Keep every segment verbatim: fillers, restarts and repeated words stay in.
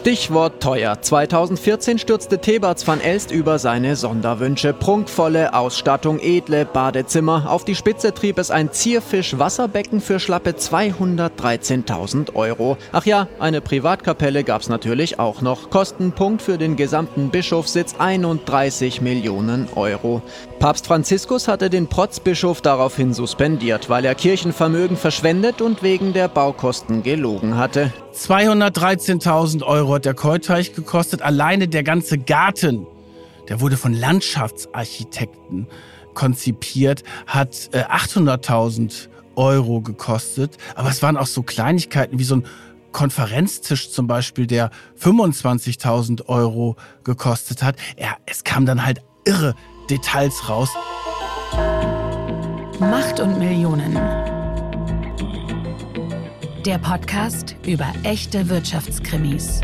Stichwort teuer. zweitausendvierzehn stürzte Thebats van Elst über seine Sonderwünsche. Prunkvolle Ausstattung, edle Badezimmer. Auf die Spitze trieb es ein Zierfisch-Wasserbecken für schlappe zweihundertdreizehntausend Euro. Ach ja, eine Privatkapelle gab's natürlich auch noch. Kostenpunkt für den gesamten Bischofssitz einunddreißig Millionen Euro. Papst Franziskus hatte den Protzbischof daraufhin suspendiert, weil er Kirchenvermögen verschwendet und wegen der Baukosten gelogen hatte. zweihundertdreizehntausend Euro hat der Keuteich gekostet. Alleine der ganze Garten, der wurde von Landschaftsarchitekten konzipiert, hat äh, achthunderttausend Euro gekostet. Aber es waren auch so Kleinigkeiten wie so ein Konferenztisch zum Beispiel, der fünfundzwanzigtausend Euro gekostet hat. Ja, es kam dann halt irre Details raus. Macht und Millionen. Der Podcast über echte Wirtschaftskrimis.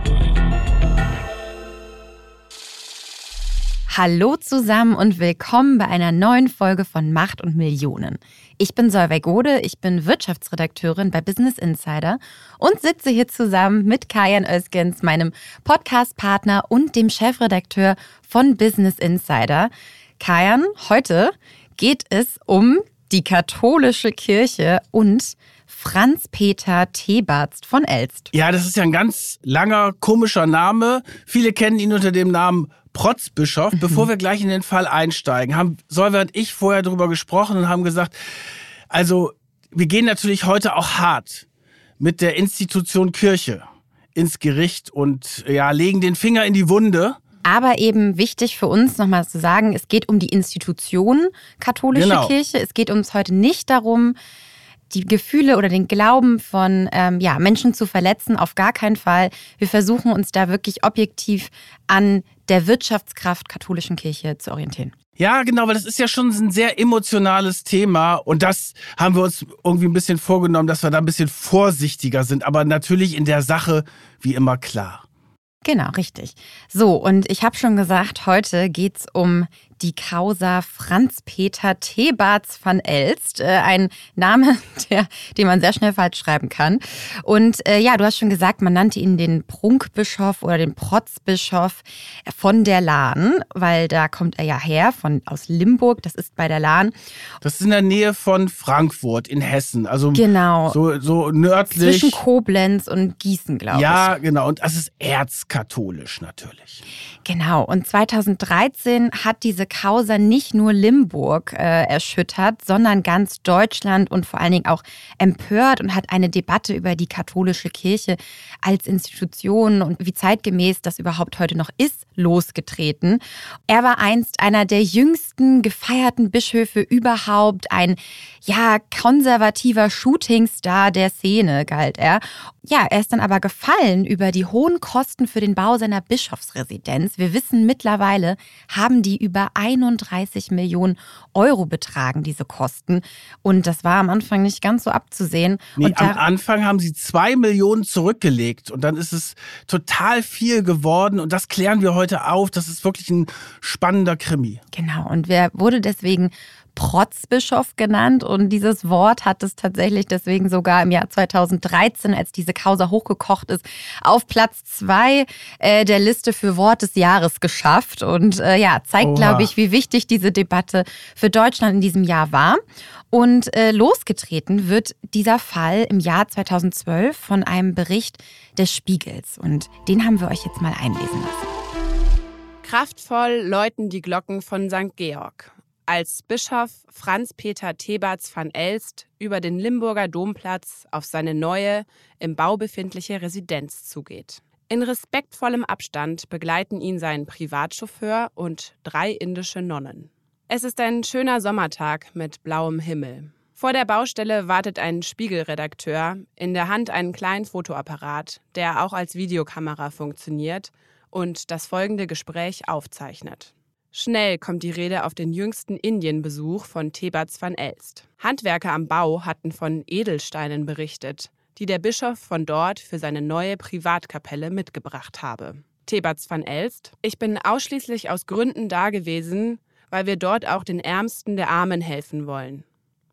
Hallo zusammen und willkommen bei einer neuen Folge von Macht und Millionen. Ich bin Solveig Gode, ich bin Wirtschaftsredakteurin bei Business Insider und sitze hier zusammen mit Kayan Özgens, meinem Podcastpartner und dem Chefredakteur von Business Insider. Kayan, heute geht es um die katholische Kirche und Franz Peter Thebarts von Elst. Ja, das ist ja ein ganz langer, komischer Name. Viele kennen ihn unter dem Namen Protzbischof. Mhm. Bevor wir gleich in den Fall einsteigen, haben Solveig und ich vorher darüber gesprochen und haben gesagt, also wir gehen natürlich heute auch hart mit der Institution Kirche ins Gericht und ja, legen den Finger in die Wunde. Aber eben wichtig für uns nochmal zu sagen, es geht um die Institution katholische Genau. Kirche. Es geht uns heute nicht darum, die Gefühle oder den Glauben von ähm, ja, Menschen zu verletzen, auf gar keinen Fall. Wir versuchen uns da wirklich objektiv an der Wirtschaftskraft katholischen Kirche zu orientieren. Ja, genau, weil das ist ja schon ein sehr emotionales Thema und das haben wir uns irgendwie ein bisschen vorgenommen, dass wir da ein bisschen vorsichtiger sind, aber natürlich in der Sache wie immer klar. Genau, richtig. So, und ich habe schon gesagt, heute geht's um die Causa Franz Peter Thebarts van Elst. Äh, ein Name, der, den man sehr schnell falsch schreiben kann. Und äh, ja, du hast schon gesagt, man nannte ihn den Prunkbischof oder den Protzbischof von der Lahn, weil da kommt er ja her, von, aus Limburg, das ist bei der Lahn. Das ist in der Nähe von Frankfurt in Hessen, also genau. so, so nördlich. Zwischen Koblenz und Gießen, glaube ich. Ja, genau, und das ist erzkatholisch natürlich. Genau, und zweitausenddreizehn hat diese Causa nicht nur Limburg äh, erschüttert, sondern ganz Deutschland und vor allen Dingen auch empört und hat eine Debatte über die katholische Kirche als Institution und wie zeitgemäß das überhaupt heute noch ist, losgetreten. Er war einst einer der jüngsten gefeierten Bischöfe überhaupt, ein ja konservativer Shootingstar der Szene galt er. Ja, er ist dann aber gefallen über die hohen Kosten für den Bau seiner Bischofsresidenz. Wir wissen mittlerweile, haben die über einunddreißig Millionen Euro betragen, diese Kosten. Und das war am Anfang nicht ganz so abzusehen. Nee, und am Anfang haben sie zwei Millionen zurückgelegt und dann ist es total viel geworden und das klären wir heute auf. Das ist wirklich ein spannender Krimi. Genau, und wer wurde deswegen Protzbischof genannt und dieses Wort hat es tatsächlich deswegen sogar im Jahr zweitausenddreizehn, als diese Causa hochgekocht ist, auf Platz zwei äh, der Liste für Wort des Jahres geschafft und äh, ja, zeigt, glaube ich, wie wichtig diese Debatte für Deutschland in diesem Jahr war. Und äh, losgetreten wird dieser Fall im Jahr zweitausendzwölf von einem Bericht des Spiegels und den haben wir euch jetzt mal einlesen lassen. Kraftvoll läuten die Glocken von Sankt Georg, als Bischof Franz Peter Thebarts van Elst über den Limburger Domplatz auf seine neue, im Bau befindliche Residenz zugeht. In respektvollem Abstand begleiten ihn sein Privatchauffeur und drei indische Nonnen. Es ist ein schöner Sommertag mit blauem Himmel. Vor der Baustelle wartet ein Spiegelredakteur, in der Hand einen kleinen Fotoapparat, der auch als Videokamera funktioniert und das folgende Gespräch aufzeichnet. Schnell kommt die Rede auf den jüngsten Indienbesuch von Thebarts van Elst. Handwerker am Bau hatten von Edelsteinen berichtet, die der Bischof von dort für seine neue Privatkapelle mitgebracht habe. Thebarts van Elst: Ich bin ausschließlich aus Gründen da gewesen, weil wir dort auch den Ärmsten der Armen helfen wollen.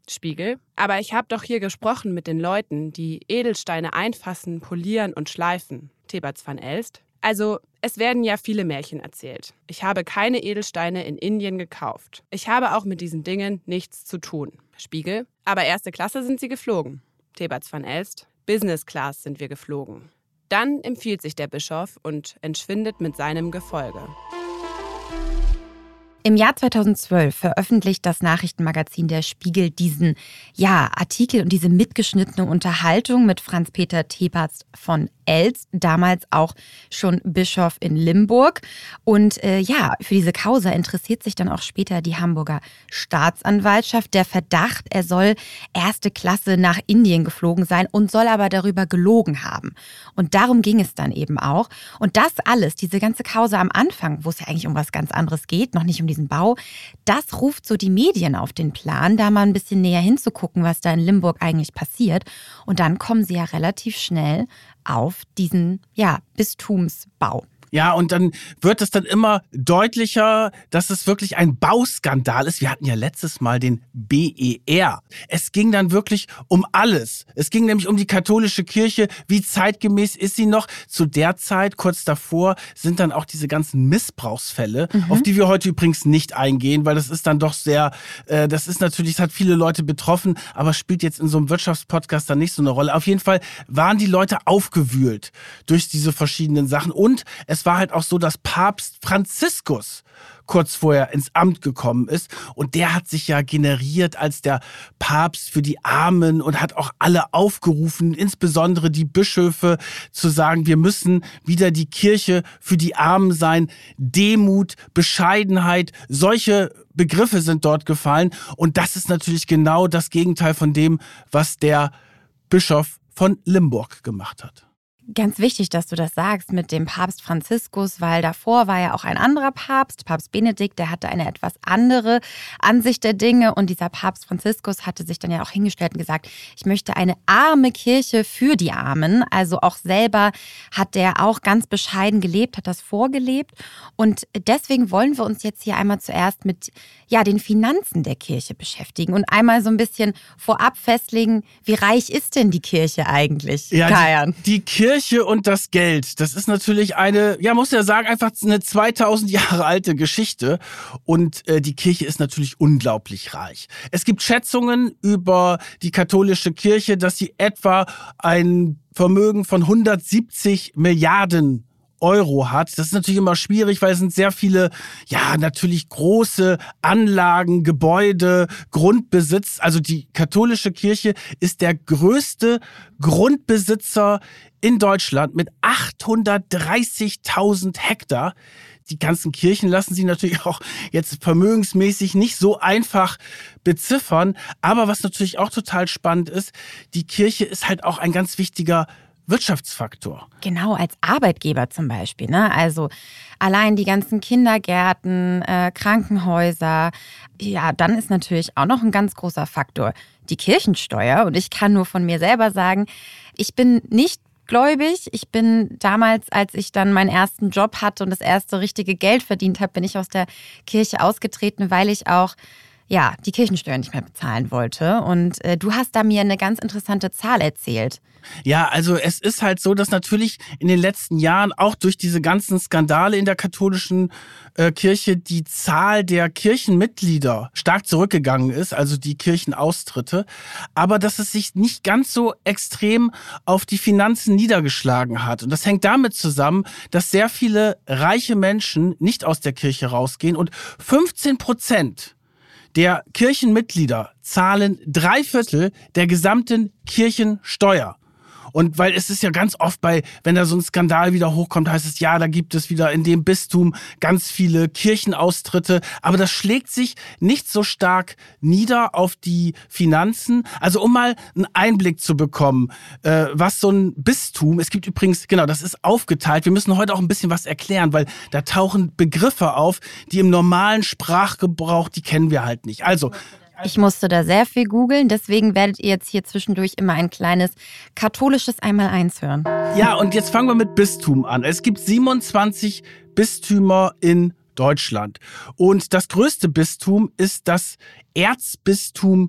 Spiegel. Aber ich habe doch hier gesprochen mit den Leuten, die Edelsteine einfassen, polieren und schleifen. Thebats van Elst. Also, es werden ja viele Märchen erzählt. Ich habe keine Edelsteine in Indien gekauft. Ich habe auch mit diesen Dingen nichts zu tun. Spiegel. Aber erste Klasse sind sie geflogen. Thebats van Elst. Business Class sind wir geflogen. Dann empfiehlt sich der Bischof und entschwindet mit seinem Gefolge. Im Jahr zweitausendzwölf veröffentlicht das Nachrichtenmagazin Der Spiegel diesen ja, Artikel und diese mitgeschnittene Unterhaltung mit Franz-Peter Thebats von Elst, damals auch schon Bischof in Limburg. Und äh, ja, für diese Causa interessiert sich dann auch später die Hamburger Staatsanwaltschaft. Der Verdacht, er soll erste Klasse nach Indien geflogen sein und soll aber darüber gelogen haben. Und darum ging es dann eben auch. Und das alles, diese ganze Causa am Anfang, wo es ja eigentlich um was ganz anderes geht, noch nicht um diesen Bau, das ruft so die Medien auf den Plan, da mal ein bisschen näher hinzugucken, was da in Limburg eigentlich passiert. Und dann kommen sie ja relativ schnell auf diesen, ja, Bistumsbau. Ja, und dann wird es dann immer deutlicher, dass es wirklich ein Bauskandal ist. Wir hatten ja letztes Mal den B E R. Es ging dann wirklich um alles. Es ging nämlich um die katholische Kirche. Wie zeitgemäß ist sie noch? Zu der Zeit, kurz davor, sind dann auch diese ganzen Missbrauchsfälle, mhm. auf die wir heute übrigens nicht eingehen, weil das ist dann doch sehr, äh, das ist natürlich, es hat viele Leute betroffen, aber spielt jetzt in so einem Wirtschaftspodcast dann nicht so eine Rolle. Auf jeden Fall waren die Leute aufgewühlt durch diese verschiedenen Sachen und es Es war halt auch so, dass Papst Franziskus kurz vorher ins Amt gekommen ist und der hat sich ja generiert als der Papst für die Armen und hat auch alle aufgerufen, insbesondere die Bischöfe, zu sagen, wir müssen wieder die Kirche für die Armen sein. Demut, Bescheidenheit, solche Begriffe sind dort gefallen und das ist natürlich genau das Gegenteil von dem, was der Bischof von Limburg gemacht hat. Ganz wichtig, dass du das sagst mit dem Papst Franziskus, weil davor war ja auch ein anderer Papst, Papst Benedikt, der hatte eine etwas andere Ansicht der Dinge und dieser Papst Franziskus hatte sich dann ja auch hingestellt und gesagt, ich möchte eine arme Kirche für die Armen, also auch selber hat der auch ganz bescheiden gelebt, hat das vorgelebt und deswegen wollen wir uns jetzt hier einmal zuerst mit ja, den Finanzen der Kirche beschäftigen und einmal so ein bisschen vorab festlegen, wie reich ist denn die Kirche eigentlich, ja, Kajan? Die, die Kirche und das Geld, das ist natürlich eine, ja, muss ja sagen, einfach eine zweitausend Jahre alte Geschichte. Und äh, die Kirche ist natürlich unglaublich reich. Es gibt Schätzungen über die katholische Kirche, dass sie etwa ein Vermögen von hundertsiebzig Milliarden Euro hat. Das ist natürlich immer schwierig, weil es sind sehr viele, ja, natürlich große Anlagen, Gebäude, Grundbesitz. Also die katholische Kirche ist der größte Grundbesitzer in Deutschland mit achthundertdreißigtausend Hektar. Die ganzen Kirchen lassen sie natürlich auch jetzt vermögensmäßig nicht so einfach beziffern. Aber was natürlich auch total spannend ist, die Kirche ist halt auch ein ganz wichtiger Wirtschaftsfaktor. Genau, als Arbeitgeber zum Beispiel. Ne? Also allein die ganzen Kindergärten, äh, Krankenhäuser. Ja, dann ist natürlich auch noch ein ganz großer Faktor die Kirchensteuer. Und ich kann nur von mir selber sagen, ich bin nicht gläubig. Ich bin damals, als ich dann meinen ersten Job hatte und das erste richtige Geld verdient habe, bin ich aus der Kirche ausgetreten, weil ich auch ja, die Kirchensteuer nicht mehr bezahlen wollte. Und äh, du hast da mir eine ganz interessante Zahl erzählt. Ja, also es ist halt so, dass natürlich in den letzten Jahren auch durch diese ganzen Skandale in der katholischen äh, Kirche die Zahl der Kirchenmitglieder stark zurückgegangen ist, also die Kirchenaustritte, aber dass es sich nicht ganz so extrem auf die Finanzen niedergeschlagen hat. Und das hängt damit zusammen, dass sehr viele reiche Menschen nicht aus der Kirche rausgehen und fünfzehn Prozent der Kirchenmitglieder zahlen drei Viertel der gesamten Kirchensteuer. Und weil es ist ja ganz oft bei, wenn da so ein Skandal wieder hochkommt, heißt es, ja, da gibt es wieder in dem Bistum ganz viele Kirchenaustritte. Aber das schlägt sich nicht so stark nieder auf die Finanzen. Also um mal einen Einblick zu bekommen, äh, was so ein Bistum, es gibt übrigens, genau, das ist aufgeteilt. Wir müssen heute auch ein bisschen was erklären, weil da tauchen Begriffe auf, die im normalen Sprachgebrauch, die kennen wir halt nicht. Also, ich musste da sehr viel googeln, deswegen werdet ihr jetzt hier zwischendurch immer ein kleines katholisches Einmaleins hören. Ja, und jetzt fangen wir mit Bistum an. Es gibt siebenundzwanzig Bistümer in Deutschland. Und das größte Bistum ist das Erzbistum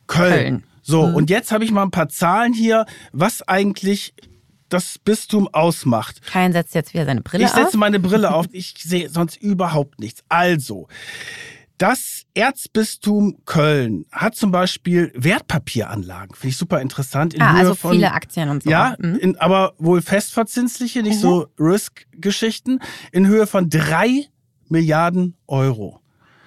Köln. Köln. So, mhm. und jetzt habe ich mal ein paar Zahlen hier, was eigentlich das Bistum ausmacht. Kain setzt jetzt wieder seine Brille auf. Ich setze auf. meine Brille auf, ich sehe sonst überhaupt nichts. Also, das Erzbistum Köln hat zum Beispiel Wertpapieranlagen. Finde ich super interessant. In ah, Höhe also von, viele Aktien und so. Ja, mhm. in, aber wohl festverzinsliche, nicht mhm. so Risk-Geschichten, in Höhe von drei Milliarden Euro.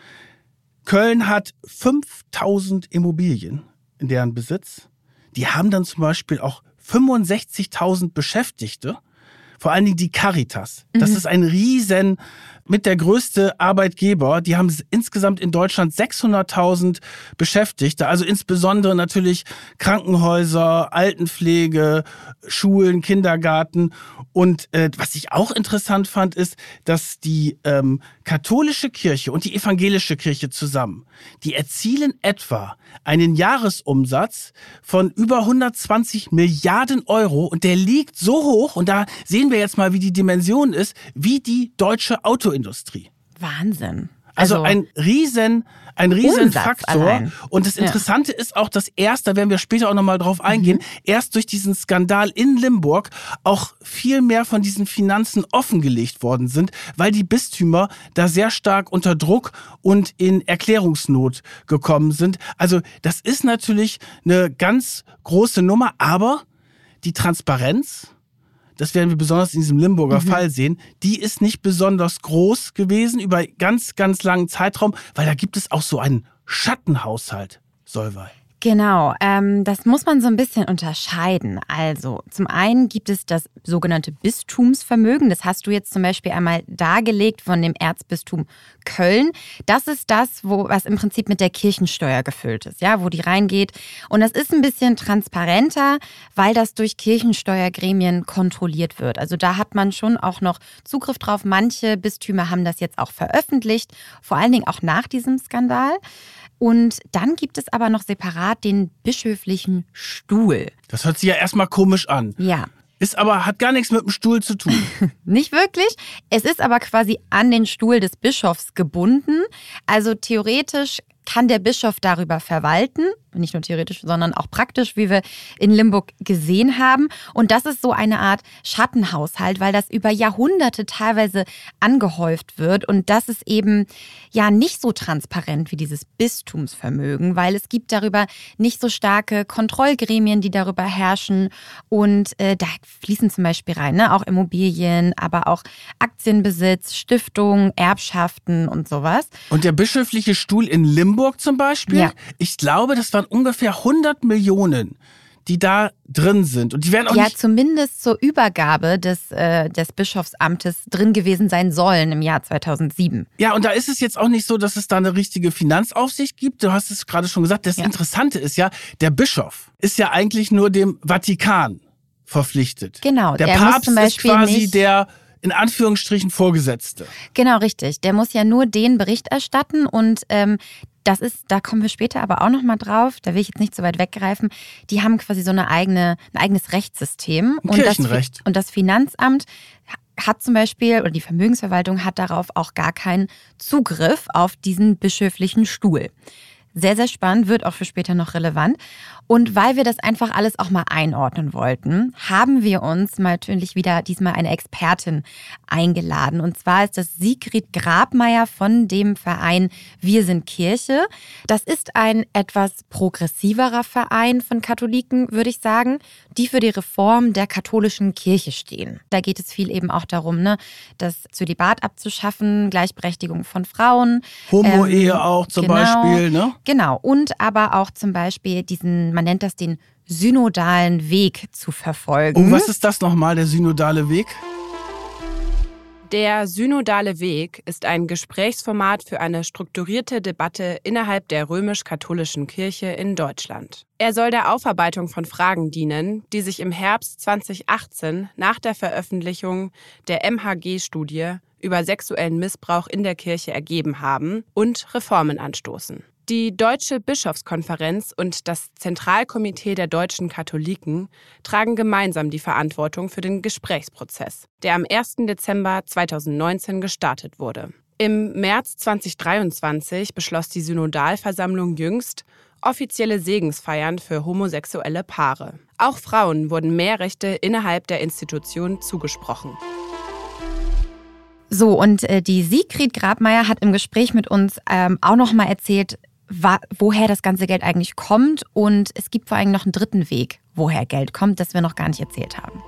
Köln hat fünftausend Immobilien in deren Besitz. Die haben dann zum Beispiel auch fünfundsechzigtausend Beschäftigte. Vor allen Dingen die Caritas. Das mhm. ist ein riesen, mit der größte Arbeitgeber. Die haben insgesamt in Deutschland sechshunderttausend Beschäftigte. Also insbesondere natürlich Krankenhäuser, Altenpflege, Schulen, Kindergarten. Und äh, was ich auch interessant fand, ist, dass die ähm, katholische Kirche und die evangelische Kirche zusammen, die erzielen etwa einen Jahresumsatz von über hundertzwanzig Milliarden Euro. Und der liegt so hoch, und da sehen wir jetzt mal, wie die Dimension ist, wie die deutsche Autoindustrie. Wahnsinn. Also, Also ein riesen, ein riesen Faktor. Allein. Und das Interessante ja. ist auch, dass erst, da werden wir später auch nochmal drauf eingehen, mhm. erst durch diesen Skandal in Limburg auch viel mehr von diesen Finanzen offengelegt worden sind, weil die Bistümer da sehr stark unter Druck und in Erklärungsnot gekommen sind. Also das ist natürlich eine ganz große Nummer, aber die Transparenz, das werden wir besonders in diesem Limburger mhm. Fall sehen, die ist nicht besonders groß gewesen über ganz, ganz langen Zeitraum, weil da gibt es auch so einen Schattenhaushalt, Solveig. Genau, ähm, das muss man so ein bisschen unterscheiden. Also zum einen gibt es das sogenannte Bistumsvermögen. Das hast du jetzt zum Beispiel einmal dargelegt von dem Erzbistum Köln. Das ist das, wo was im Prinzip mit der Kirchensteuer gefüllt ist, ja, wo die reingeht. Und das ist ein bisschen transparenter, weil das durch Kirchensteuergremien kontrolliert wird. Also da hat man schon auch noch Zugriff drauf. Manche Bistümer haben das jetzt auch veröffentlicht, vor allen Dingen auch nach diesem Skandal. Und dann gibt es aber noch separat den bischöflichen Stuhl. Das hört sich ja erstmal komisch an. Ja. Ist aber, hat gar nichts mit dem Stuhl zu tun. Nicht wirklich. Es ist aber quasi an den Stuhl des Bischofs gebunden. Also theoretisch kann der Bischof darüber verwalten. Nicht nur theoretisch, sondern auch praktisch, wie wir in Limburg gesehen haben. Und das ist so eine Art Schattenhaushalt, weil das über Jahrhunderte teilweise angehäuft wird. Und das ist eben ja nicht so transparent wie dieses Bistumsvermögen, weil es gibt darüber nicht so starke Kontrollgremien, die darüber herrschen. Und äh, da fließen zum Beispiel rein, ne? Auch Immobilien, aber auch Aktienbesitz, Stiftungen, Erbschaften und sowas. Und der bischöfliche Stuhl in Limburg zum Beispiel, ja. ich glaube, das war ungefähr hundert Millionen, die da drin sind. Und die werden auch ja, nicht zumindest zur Übergabe des, äh, des Bischofsamtes drin gewesen sein sollen im Jahr zweitausendsieben. Ja, und da ist es jetzt auch nicht so, dass es da eine richtige Finanzaufsicht gibt. Du hast es gerade schon gesagt. Das ja. Interessante ist ja, der Bischof ist ja eigentlich nur dem Vatikan verpflichtet. Genau. Der der Papst muss zum Beispiel ist quasi nicht der in Anführungsstrichen Vorgesetzte. Genau, richtig. Der muss ja nur den Bericht erstatten und ähm, das ist, da kommen wir später aber auch nochmal drauf, da will ich jetzt nicht so weit weggreifen, die haben quasi so eine eigene, ein eigenes Rechtssystem. Ein und Kirchenrecht. Das, und das Finanzamt hat zum Beispiel, oder die Vermögensverwaltung hat darauf auch gar keinen Zugriff auf diesen bischöflichen Stuhl. Sehr, sehr spannend, wird auch für später noch relevant. Und weil wir das einfach alles auch mal einordnen wollten, haben wir uns natürlich wieder diesmal eine Expertin eingeladen. Und zwar ist das Sigrid Grabmeier von dem Verein Wir sind Kirche. Das ist ein etwas progressiverer Verein von Katholiken, würde ich sagen, die für die Reform der katholischen Kirche stehen. Da geht es viel eben auch darum, ne, das Zölibat abzuschaffen, Gleichberechtigung von Frauen. Homo-Ehe ähm, auch zum genau, Beispiel, ne? Genau, und aber auch zum Beispiel diesen, man nennt das den synodalen Weg zu verfolgen. Oh, was ist das nochmal, der synodale Weg? Der synodale Weg ist ein Gesprächsformat für eine strukturierte Debatte innerhalb der römisch-katholischen Kirche in Deutschland. Er soll der Aufarbeitung von Fragen dienen, die sich im Herbst zweitausendachtzehn nach der Veröffentlichung der M H G-Studie über sexuellen Missbrauch in der Kirche ergeben haben und Reformen anstoßen. Die Deutsche Bischofskonferenz und das Zentralkomitee der deutschen Katholiken tragen gemeinsam die Verantwortung für den Gesprächsprozess, der am ersten Dezember zweitausendneunzehn gestartet wurde. Im März zweitausenddreiundzwanzig beschloss die Synodalversammlung jüngst, offizielle Segensfeiern für homosexuelle Paare. Auch Frauen wurden mehr Rechte innerhalb der Institution zugesprochen. So, und äh, die Sigrid Grabmeier hat im Gespräch mit uns ähm, auch noch mal erzählt, wa- woher das ganze Geld eigentlich kommt. Und es gibt vor allem noch einen dritten Weg, woher Geld kommt, das wir noch gar nicht erzählt haben.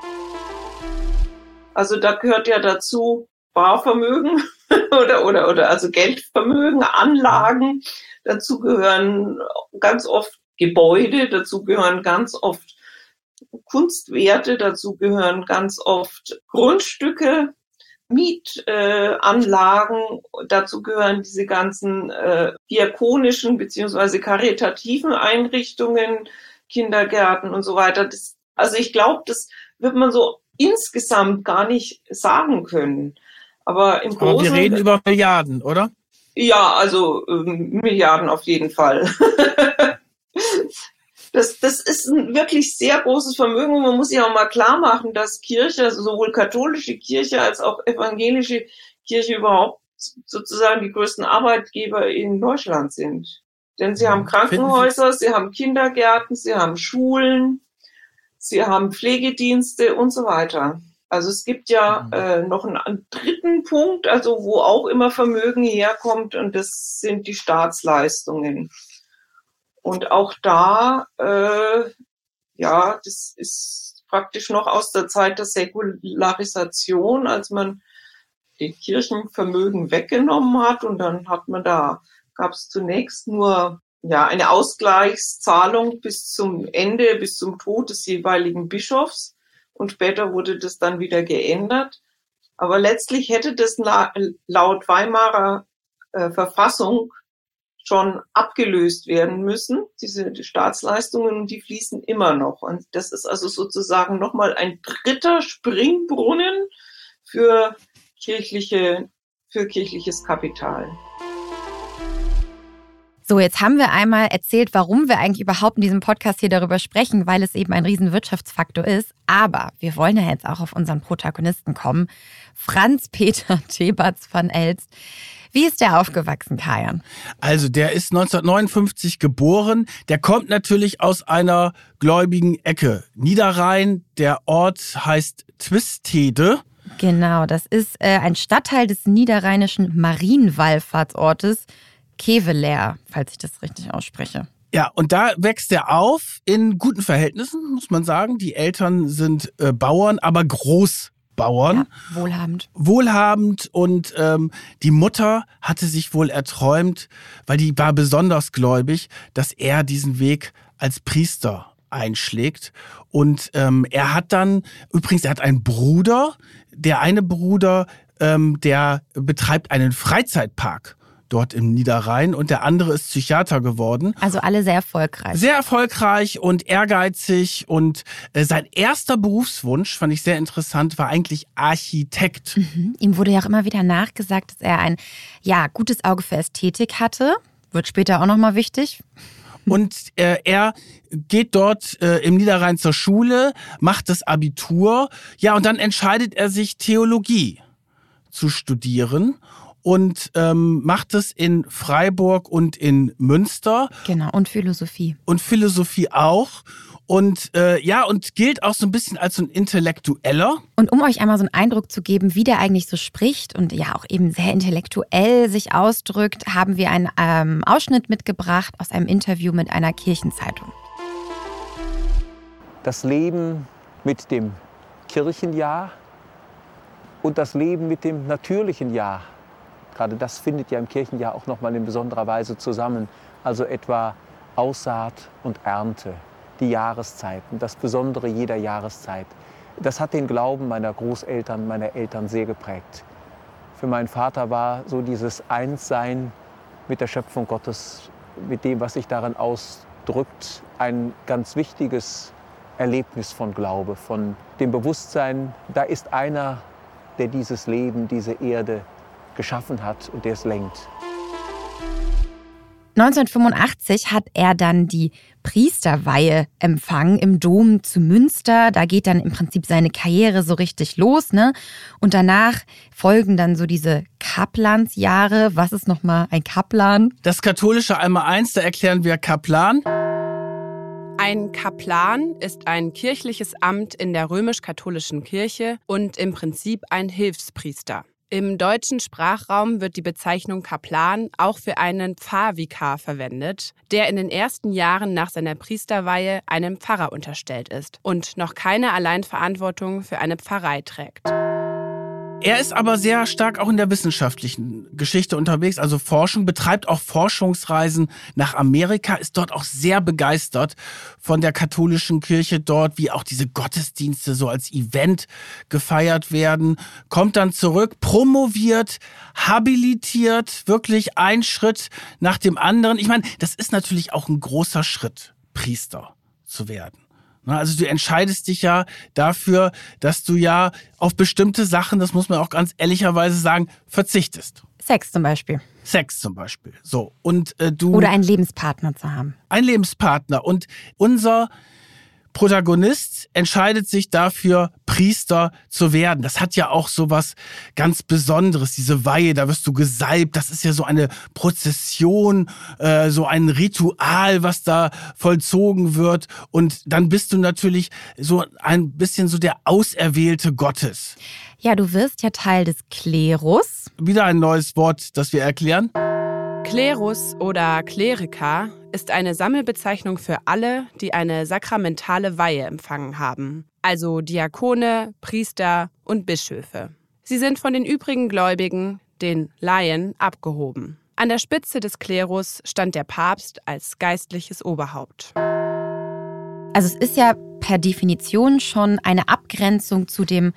Also da gehört ja dazu Barvermögen oder, oder, oder also Geldvermögen, Anlagen. Dazu gehören ganz oft Gebäude, dazu gehören ganz oft Kunstwerte, dazu gehören ganz oft Grundstücke, Mietanlagen, äh, dazu gehören diese ganzen äh, diakonischen beziehungsweise karitativen Einrichtungen, Kindergärten und so weiter. Das, also ich glaube, das wird man so insgesamt gar nicht sagen können. Aber im Aber Großen, wir reden über Milliarden, oder? Ja, also ähm, Milliarden auf jeden Fall. Das, das ist ein wirklich sehr großes Vermögen und man muss sich auch mal klar machen, dass Kirche, also sowohl katholische Kirche als auch evangelische Kirche überhaupt sozusagen die größten Arbeitgeber in Deutschland sind. Denn sie haben Krankenhäuser, sie haben Kindergärten, sie haben Schulen, sie haben Pflegedienste und so weiter. Also es gibt ja äh, noch einen, einen dritten Punkt, also wo auch immer Vermögen herkommt und das sind die Staatsleistungen. Und auch da, äh, ja, das ist praktisch noch aus der Zeit der Säkularisation, als man die Kirchenvermögen weggenommen hat. Und dann hat man da, gab es zunächst nur ja eine Ausgleichszahlung bis zum Ende, bis zum Tod des jeweiligen Bischofs. Und später wurde das dann wieder geändert. Aber letztlich hätte das laut Weimarer äh, Verfassung schon abgelöst werden müssen, diese die Staatsleistungen, die fließen immer noch. Und das ist also sozusagen nochmal ein dritter Springbrunnen für kirchliche, für kirchliches Kapital. So, jetzt haben wir einmal erzählt, warum wir eigentlich überhaupt in diesem Podcast hier darüber sprechen, weil es eben ein riesen Wirtschaftsfaktor ist. Aber wir wollen ja jetzt auch auf unseren Protagonisten kommen. Franz Peter Thebarts van Elst. Wie ist der aufgewachsen, Kajan? Also der ist neunzehnhundertneunundfünfzig geboren. Der kommt natürlich aus einer gläubigen Ecke. Niederrhein, der Ort heißt Twistede. Genau, das ist äh, ein Stadtteil des niederrheinischen Marienwallfahrtsortes Kevelaer, falls ich das richtig ausspreche. Ja, und da wächst er auf in guten Verhältnissen, muss man sagen. Die Eltern sind äh, Bauern, aber Großbauern. Ja, wohlhabend. Wohlhabend und ähm, die Mutter hatte sich wohl erträumt, weil die war besonders gläubig, dass er diesen Weg als Priester einschlägt. Und ähm, er hat dann, übrigens, er hat einen Bruder. Der eine Bruder, ähm, der betreibt einen Freizeitpark dort im Niederrhein und der andere ist Psychiater geworden. Also alle sehr erfolgreich. Sehr erfolgreich und ehrgeizig und äh, sein erster Berufswunsch, fand ich sehr interessant, war eigentlich Architekt. Mhm. Ihm wurde ja auch immer wieder nachgesagt, dass er ein ja, gutes Auge für Ästhetik hatte. Wird später auch nochmal wichtig. Und äh, er geht dort äh, im Niederrhein zur Schule, macht das Abitur, ja, und dann entscheidet er sich, Theologie zu studieren. Und ähm, macht es in Freiburg und in Münster. Genau, und Philosophie. Und Philosophie auch. Und äh, ja, und gilt auch so ein bisschen als so ein Intellektueller. Und um euch einmal so einen Eindruck zu geben, wie der eigentlich so spricht und ja auch eben sehr intellektuell sich ausdrückt, haben wir einen ähm, Ausschnitt mitgebracht aus einem Interview mit einer Kirchenzeitung. Das Leben mit dem Kirchenjahr und das Leben mit dem natürlichen Jahr. Gerade das findet ja im Kirchenjahr auch noch mal in besonderer Weise zusammen. Also etwa Aussaat und Ernte, die Jahreszeiten, das Besondere jeder Jahreszeit. Das hat den Glauben meiner Großeltern, meiner Eltern sehr geprägt. Für meinen Vater war so dieses Einssein mit der Schöpfung Gottes, mit dem, was sich darin ausdrückt, ein ganz wichtiges Erlebnis von Glaube, von dem Bewusstsein, da ist einer, der dieses Leben, diese Erde geschaffen hat und der es lenkt. neunzehnhundertfünfundachtzig hat er dann die Priesterweihe empfangen im Dom zu Münster. Da geht dann im Prinzip seine Karriere so richtig los, ne? Und danach folgen dann so diese Kaplansjahre. Was ist nochmal ein Kaplan? Das katholische Einmaleins, da erklären wir Kaplan. Ein Kaplan ist ein kirchliches Amt in der römisch-katholischen Kirche und im Prinzip ein Hilfspriester. Im deutschen Sprachraum wird die Bezeichnung Kaplan auch für einen Pfarrvikar verwendet, der in den ersten Jahren nach seiner Priesterweihe einem Pfarrer unterstellt ist und noch keine Alleinverantwortung für eine Pfarrei trägt. Er ist aber sehr stark auch in der wissenschaftlichen Geschichte unterwegs, also Forschung, betreibt auch Forschungsreisen nach Amerika, ist dort auch sehr begeistert von der katholischen Kirche dort, wie auch diese Gottesdienste so als Event gefeiert werden, kommt dann zurück, promoviert, habilitiert, wirklich ein Schritt nach dem anderen. Ich meine, das ist natürlich auch ein großer Schritt, Priester zu werden. Also du entscheidest dich ja dafür, dass du ja auf bestimmte Sachen, das muss man auch ganz ehrlicherweise sagen, verzichtest. Sex zum Beispiel. Sex zum Beispiel. So. Und äh, du. Oder einen Lebenspartner zu haben. Ein Lebenspartner. Und unser Protagonist entscheidet sich dafür, Priester zu werden. Das hat ja auch so was ganz Besonderes, diese Weihe, da wirst du gesalbt. Das ist ja so eine Prozession, äh, so ein Ritual, was da vollzogen wird. Und dann bist du natürlich so ein bisschen so der Auserwählte Gottes. Ja, du wirst ja Teil des Klerus. Wieder ein neues Wort, das wir erklären. Klerus oder Kleriker ist eine Sammelbezeichnung für alle, die eine sakramentale Weihe empfangen haben, also Diakone, Priester und Bischöfe. Sie sind von den übrigen Gläubigen, den Laien, abgehoben. An der Spitze des Klerus stand der Papst als geistliches Oberhaupt. Also es ist ja per Definition schon eine Abgrenzung zu dem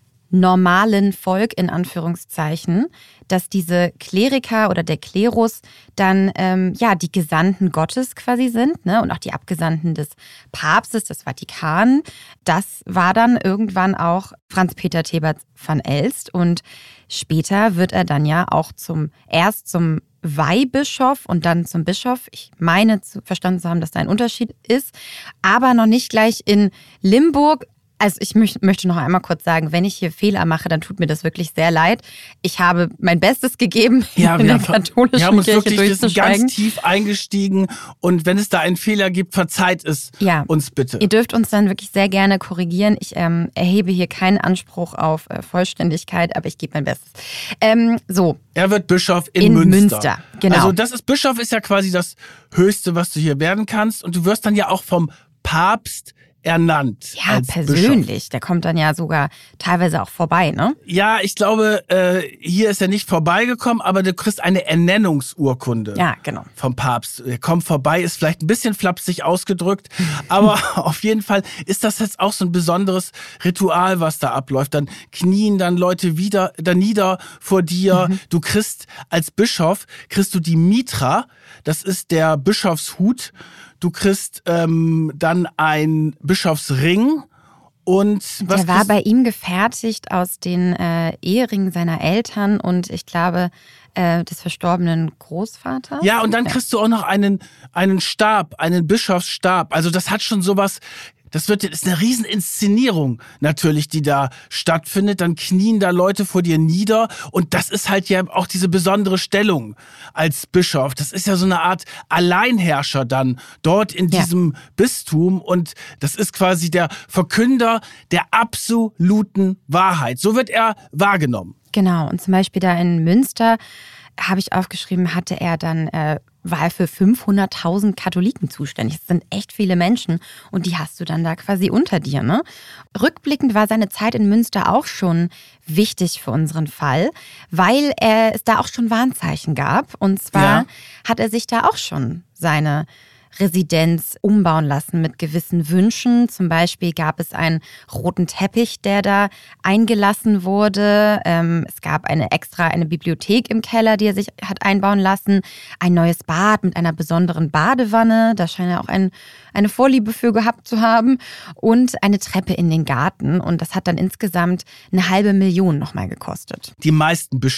normalen Volk in Anführungszeichen, dass diese Kleriker oder der Klerus dann ähm, ja die Gesandten Gottes quasi sind, ne? Und auch die Abgesandten des Papstes, des Vatikan. Das war dann irgendwann auch Franz Peter Thebarts van Elst und später wird er dann ja auch zum erst zum Weihbischof und dann zum Bischof. Ich meine zu, verstanden zu haben, dass da ein Unterschied ist, aber noch nicht gleich in Limburg. Also ich möcht, möchte noch einmal kurz sagen, wenn ich hier Fehler mache, dann tut mir das wirklich sehr leid. Ich habe mein Bestes gegeben, ja, in der katholischen wir haben uns Kirche wirklich durchzusteigen. Ganz tief eingestiegen und wenn es da einen Fehler gibt, verzeiht es ja. uns bitte. Ihr dürft uns dann wirklich sehr gerne korrigieren. Ich ähm, erhebe hier keinen Anspruch auf äh, Vollständigkeit, aber ich gebe mein Bestes. Ähm, so. Er wird Bischof in, in Münster. Münster. Genau. Also das ist Bischof ist ja quasi das Höchste, was du hier werden kannst und du wirst dann ja auch vom Papst ernannt. Ja, als persönlich. Bischof. Der kommt dann ja sogar teilweise auch vorbei, ne? Ja, ich glaube, äh, hier ist er nicht vorbeigekommen, aber du kriegst eine Ernennungsurkunde. Ja, genau. Vom Papst. Er kommt vorbei, ist vielleicht ein bisschen flapsig ausgedrückt, aber auf jeden Fall ist das jetzt auch so ein besonderes Ritual, was da abläuft. Dann knien dann Leute wieder da nieder vor dir. Mhm. Du kriegst als Bischof, kriegst du die Mitra, das ist der Bischofshut. Du kriegst ähm, dann ein Bischofsring und was der war bei ihm gefertigt aus den äh, Eheringen seiner Eltern und ich glaube äh, des verstorbenen Großvaters. Ja, und dann kriegst du auch noch einen einen Stab, einen Bischofsstab. Also das hat schon sowas. Das wird das ist eine Rieseninszenierung natürlich, die da stattfindet. Dann knien da Leute vor dir nieder und das ist halt ja auch diese besondere Stellung als Bischof. Das ist ja so eine Art Alleinherrscher dann dort in diesem ja. Bistum und das ist quasi der Verkünder der absoluten Wahrheit. So wird er wahrgenommen. Genau, und zum Beispiel da in Münster habe ich aufgeschrieben, hatte er dann äh, war er für fünfhunderttausend Katholiken zuständig. Das sind echt viele Menschen und die hast du dann da quasi unter dir, ne? Rückblickend war seine Zeit in Münster auch schon wichtig für unseren Fall, weil er, es da auch schon Warnzeichen gab. Und zwar ja. hat er sich da auch schon seine Residenz umbauen lassen mit gewissen Wünschen. Zum Beispiel gab es einen roten Teppich, der da eingelassen wurde. Ähm, es gab eine extra eine Bibliothek im Keller, die er sich hat einbauen lassen. Ein neues Bad mit einer besonderen Badewanne. Da scheint er auch ein, eine Vorliebe für gehabt zu haben. Und eine Treppe in den Garten. Und das hat dann insgesamt eine halbe Million nochmal gekostet. Die meisten Bischöfe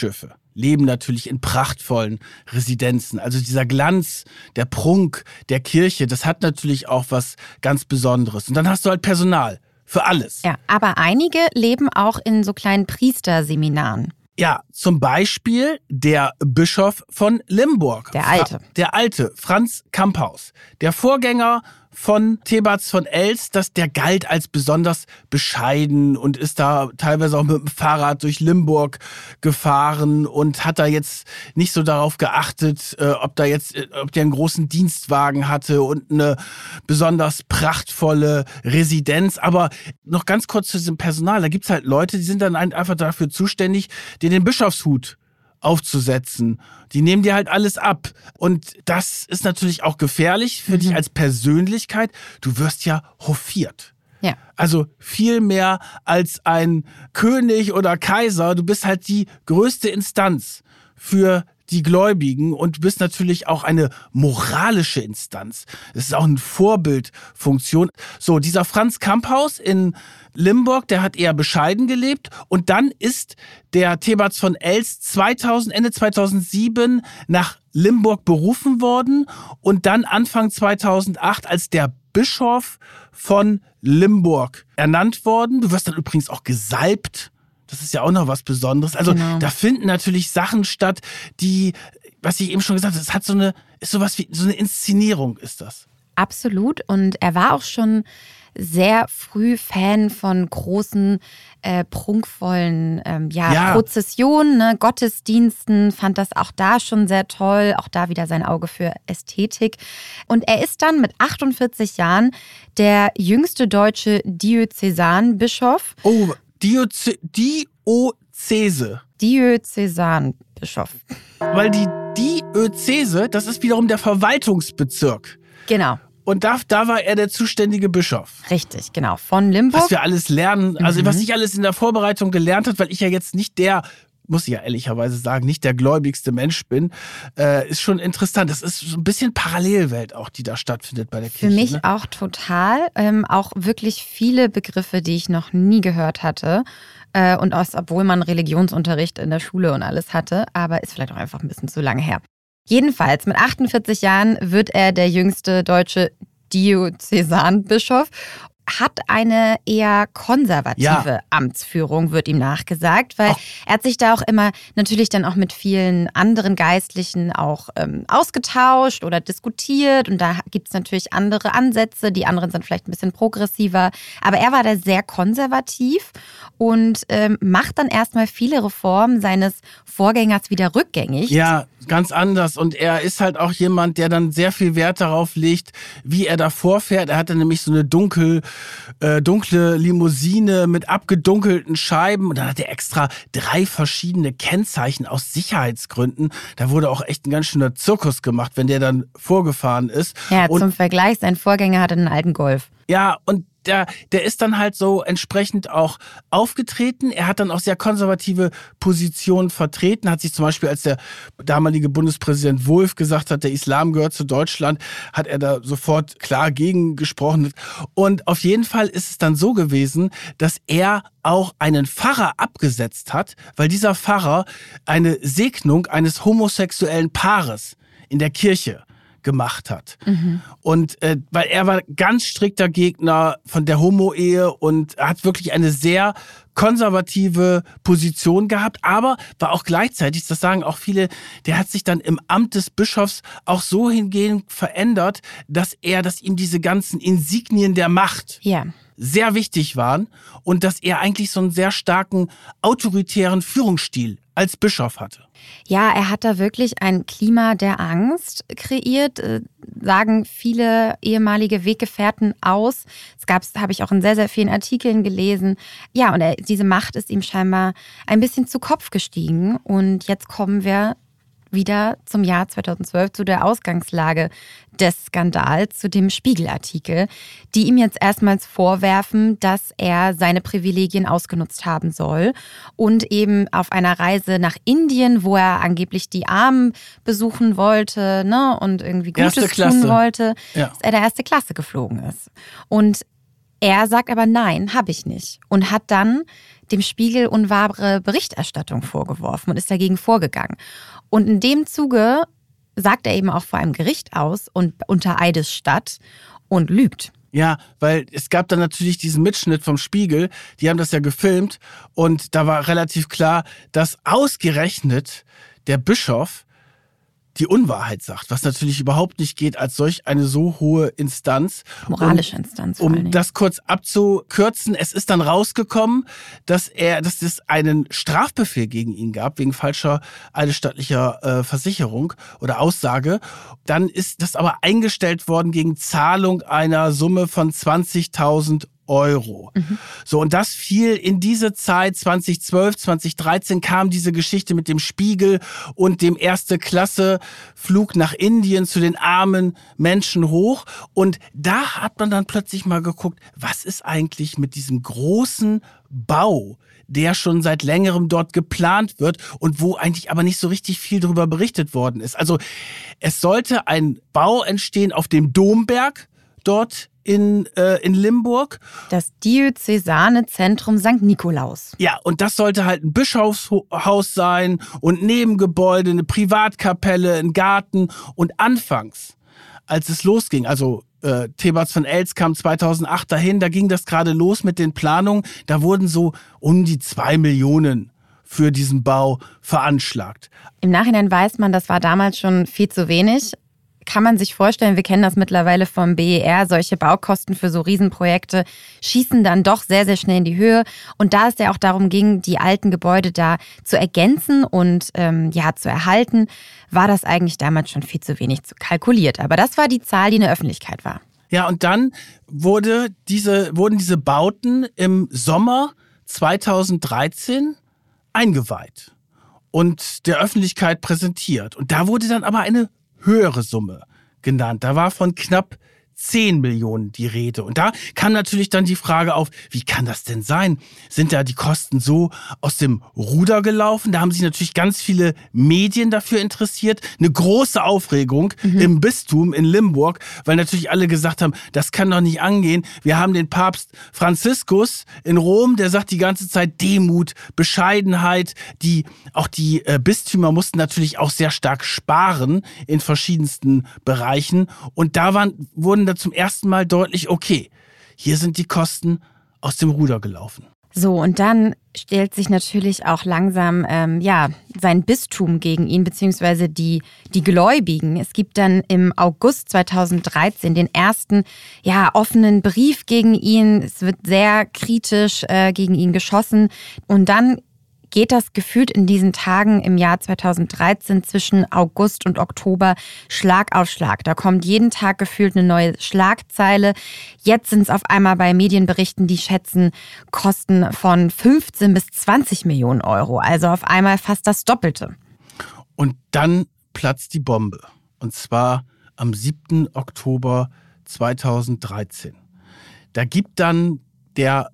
leben natürlich in prachtvollen Residenzen. Also dieser Glanz, der Prunk der Kirche, das hat natürlich auch was ganz Besonderes. Und dann hast du halt Personal für alles. Ja, aber einige leben auch in so kleinen Priesterseminaren. Ja, zum Beispiel der Bischof von Limburg. Der Alte. Fra- der Alte, Franz Kamphaus. Der Vorgänger von Thebats von Elst, dass der galt als besonders bescheiden und ist da teilweise auch mit dem Fahrrad durch Limburg gefahren und hat da jetzt nicht so darauf geachtet, äh, ob da jetzt, äh, ob der einen großen Dienstwagen hatte und eine besonders prachtvolle Residenz. Aber noch ganz kurz zu diesem Personal. Da gibt's halt Leute, die sind dann einfach dafür zuständig, dir den Bischofshut aufzusetzen. Die nehmen dir halt alles ab. Und das ist natürlich auch gefährlich für mhm. dich als Persönlichkeit. Du wirst ja hofiert. Ja. Also viel mehr als ein König oder Kaiser. Du bist halt die größte Instanz für die Gläubigen und du bist natürlich auch eine moralische Instanz. Es ist auch eine Vorbildfunktion. So, dieser Franz Kamphaus in Limburg, der hat eher bescheiden gelebt und dann ist der Thebats von Elst zweitausend, Ende zweitausendsieben nach Limburg berufen worden und dann Anfang zweitausendacht als der Bischof von Limburg ernannt worden. Du wirst dann übrigens auch gesalbt. Das ist ja auch noch was Besonderes. Also genau. Da finden natürlich Sachen statt, die, was ich eben schon gesagt habe, es hat so eine, ist sowas wie so eine Inszenierung, ist das. Absolut. Und er war auch schon sehr früh Fan von großen, äh, prunkvollen ähm, ja, ja. Prozessionen, ne? Gottesdiensten, fand das auch da schon sehr toll. Auch da wieder sein Auge für Ästhetik. Und er ist dann mit achtundvierzig Jahren der jüngste deutsche Diözesanbischof. Oh, Dioze- Diözese. Diözesanbischof. Weil die Diözese, das ist wiederum der Verwaltungsbezirk. Genau. Und da, da war er der zuständige Bischof. Richtig, genau. Von Limburg. Was wir alles lernen, also mhm. was ich alles in der Vorbereitung gelernt habe, weil ich ja jetzt nicht der, muss ich ja ehrlicherweise sagen, nicht der gläubigste Mensch bin, äh, ist schon interessant. Das ist so ein bisschen Parallelwelt auch, die da stattfindet bei der Kirche. Für mich ne? auch total. Ähm, auch wirklich viele Begriffe, die ich noch nie gehört hatte. Äh, und aus, obwohl man Religionsunterricht in der Schule und alles hatte. Aber ist vielleicht auch einfach ein bisschen zu lange her. Jedenfalls, mit achtundvierzig Jahren wird er der jüngste deutsche Diözesanbischof, hat eine eher konservative ja. Amtsführung, wird ihm nachgesagt, weil Ach. er hat sich da auch immer natürlich dann auch mit vielen anderen Geistlichen auch ähm, ausgetauscht oder diskutiert und da gibt es natürlich andere Ansätze, die anderen sind vielleicht ein bisschen progressiver, aber er war da sehr konservativ und ähm, macht dann erstmal viele Reformen seines Vorgängers wieder rückgängig. Ja, ganz anders und er ist halt auch jemand, der dann sehr viel Wert darauf legt, wie er da vorfährt. Er hatte nämlich so eine dunkel Äh, dunkle Limousine mit abgedunkelten Scheiben und dann hat er extra drei verschiedene Kennzeichen aus Sicherheitsgründen. Da wurde auch echt ein ganz schöner Zirkus gemacht, wenn der dann vorgefahren ist. Ja, und zum Vergleich, sein Vorgänger hatte einen alten Golf. Ja, und Der, der ist dann halt so entsprechend auch aufgetreten. Er hat dann auch sehr konservative Positionen vertreten. Hat sich zum Beispiel, als der damalige Bundespräsident Wulff gesagt hat, der Islam gehört zu Deutschland, hat er da sofort klar gegen gesprochen. Und auf jeden Fall ist es dann so gewesen, dass er auch einen Pfarrer abgesetzt hat, weil dieser Pfarrer eine Segnung eines homosexuellen Paares in der Kirche gemacht hat. Mhm. Und äh, weil er war ganz strikter Gegner von der Homo-Ehe und hat wirklich eine sehr konservative Position gehabt, aber war auch gleichzeitig, das sagen auch viele, der hat sich dann im Amt des Bischofs auch so hingehend verändert, dass er, dass ihm diese ganzen Insignien der Macht ja. sehr wichtig waren und dass er eigentlich so einen sehr starken autoritären Führungsstil als Bischof hatte. Ja, er hat da wirklich ein Klima der Angst kreiert, äh, sagen viele ehemalige Weggefährten aus. Es gab, habe ich auch in sehr, sehr vielen Artikeln gelesen. Ja, und er, diese Macht ist ihm scheinbar ein bisschen zu Kopf gestiegen. Und jetzt kommen wir wieder zum Jahr zweitausendzwölf zu der Ausgangslage des Skandals, zu dem Spiegel-Artikel, die ihm jetzt erstmals vorwerfen, dass er seine Privilegien ausgenutzt haben soll und eben auf einer Reise nach Indien, wo er angeblich die Armen besuchen wollte, ne, und irgendwie Gutes tun wollte, ja. dass er der erste Klasse geflogen ist. Und Er sagt aber nein, habe ich nicht. Und hat dann dem Spiegel unwahre Berichterstattung vorgeworfen und ist dagegen vorgegangen. Und in dem Zuge sagt er eben auch vor einem Gericht aus und unter Eidesstatt und lügt. Ja, weil es gab dann natürlich diesen Mitschnitt vom Spiegel, die haben das ja gefilmt und da war relativ klar, dass ausgerechnet der Bischof die Unwahrheit sagt, was natürlich überhaupt nicht geht als solch eine so hohe Instanz. Moralische Instanz. Vor allen Dingen. Um das kurz abzukürzen, es ist dann rausgekommen, dass er, dass es einen Strafbefehl gegen ihn gab, wegen falscher eidesstattlicher äh, Versicherung oder Aussage. Dann ist das aber eingestellt worden gegen Zahlung einer Summe von zwanzigtausend Euro. Mhm. So, und das fiel in diese Zeit, zweitausendzwölf, zweitausenddreizehn kam diese Geschichte mit dem Spiegel und dem Erste-Klasse-Flug nach Indien zu den armen Menschen hoch. Und da hat man dann plötzlich mal geguckt, was ist eigentlich mit diesem großen Bau, der schon seit längerem dort geplant wird und wo eigentlich aber nicht so richtig viel darüber berichtet worden ist. Also es sollte ein Bau entstehen auf dem Domberg dort in, äh, in Limburg. Das Diözesane Zentrum Sankt Nikolaus. Ja, und das sollte halt ein Bischofshaus sein und Nebengebäude, eine Privatkapelle, ein Garten. Und anfangs, als es losging, also äh, Thebats von Elst kam zweitausendacht dahin, da ging das gerade los mit den Planungen. Da wurden so um die zwei Millionen für diesen Bau veranschlagt. Im Nachhinein weiß man, das war damals schon viel zu wenig. Kann man sich vorstellen, wir kennen das mittlerweile vom B E R, solche Baukosten für so Riesenprojekte schießen dann doch sehr, sehr schnell in die Höhe. Und da es ja auch darum ging, die alten Gebäude da zu ergänzen und ähm, ja zu erhalten, war das eigentlich damals schon viel zu wenig kalkuliert. Aber das war die Zahl, die in der Öffentlichkeit war. Ja, und dann wurde diese, wurden diese Bauten im Sommer zweitausenddreizehn eingeweiht und der Öffentlichkeit präsentiert. Und da wurde dann aber eine höhere Summe genannt. Da war von knapp zehn Millionen die Rede. Und da kam natürlich dann die Frage auf, wie kann das denn sein? Sind da die Kosten so aus dem Ruder gelaufen? Da haben sich natürlich ganz viele Medien dafür interessiert. Eine große Aufregung mhm. im Bistum in Limburg, weil natürlich alle gesagt haben, das kann doch nicht angehen. Wir haben den Papst Franziskus in Rom, der sagt die ganze Zeit Demut, Bescheidenheit. Die, auch die äh, Bistümer mussten natürlich auch sehr stark sparen in verschiedensten Bereichen. Und da waren, wurden zum ersten Mal deutlich, okay, hier sind die Kosten aus dem Ruder gelaufen. So, und dann stellt sich natürlich auch langsam ähm, ja, sein Bistum gegen ihn, beziehungsweise die, die Gläubigen. Es gibt dann im August zweitausenddreizehn den ersten ja, offenen Brief gegen ihn. Es wird sehr kritisch äh, gegen ihn geschossen. Und dann geht das gefühlt in diesen Tagen im Jahr zweitausenddreizehn zwischen August und Oktober Schlag auf Schlag. Da kommt jeden Tag gefühlt eine neue Schlagzeile. Jetzt sind es auf einmal bei Medienberichten, die schätzen Kosten von fünfzehn bis zwanzig Millionen Euro. Also auf einmal fast das Doppelte. Und dann platzt die Bombe. Und zwar am siebten Oktober zweitausenddreizehn. Da gibt dann der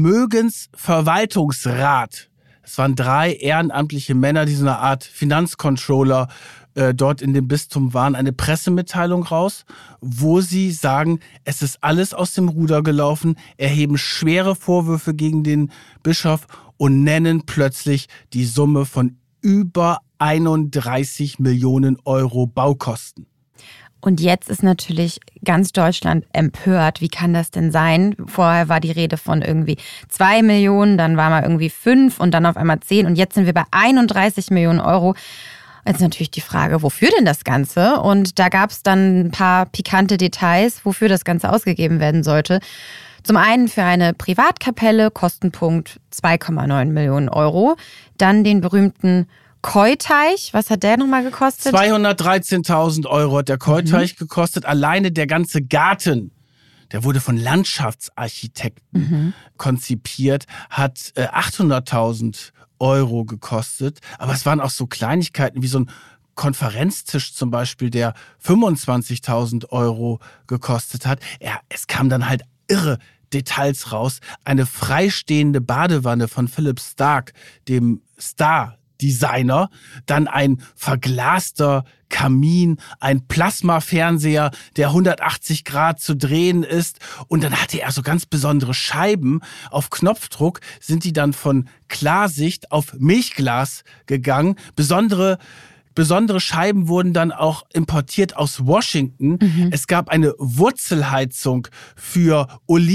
Vermögensverwaltungsrat, es waren drei ehrenamtliche Männer, die so eine Art Finanzcontroller äh, dort in dem Bistum waren, eine Pressemitteilung raus, wo sie sagen, es ist alles aus dem Ruder gelaufen, erheben schwere Vorwürfe gegen den Bischof und nennen plötzlich die Summe von über einunddreißig Millionen Euro Baukosten. Und jetzt ist natürlich ganz Deutschland empört. Wie kann das denn sein? Vorher war die Rede von irgendwie zwei Millionen, dann war mal irgendwie fünf und dann auf einmal zehn. Und jetzt sind wir bei einunddreißig Millionen Euro. Jetzt ist natürlich die Frage, wofür denn das Ganze? Und da gab es dann ein paar pikante Details, wofür das Ganze ausgegeben werden sollte. Zum einen für eine Privatkapelle, Kostenpunkt zwei Komma neun Millionen Euro. Dann den berühmten Keuteich, was hat der nochmal gekostet? zweihundertdreizehntausend Euro hat der Keuteich mhm. gekostet. Alleine der ganze Garten, der wurde von Landschaftsarchitekten mhm. konzipiert, hat äh, achthunderttausend Euro gekostet. Aber es waren auch so Kleinigkeiten wie so ein Konferenztisch zum Beispiel, der fünfundzwanzigtausend Euro gekostet hat. Ja, es kam dann halt irre Details raus. Eine freistehende Badewanne von Philipp Stark, dem Star Hochglanzdesigner, dann ein verglaster Kamin, ein Plasmafernseher, der hundertachtzig Grad zu drehen ist. Und dann hatte er so ganz besondere Scheiben. Auf Knopfdruck sind die dann von Klarsicht auf Milchglas gegangen. Besondere Besondere Scheiben wurden dann auch importiert aus Washington. Mhm. Es gab eine Wurzelheizung für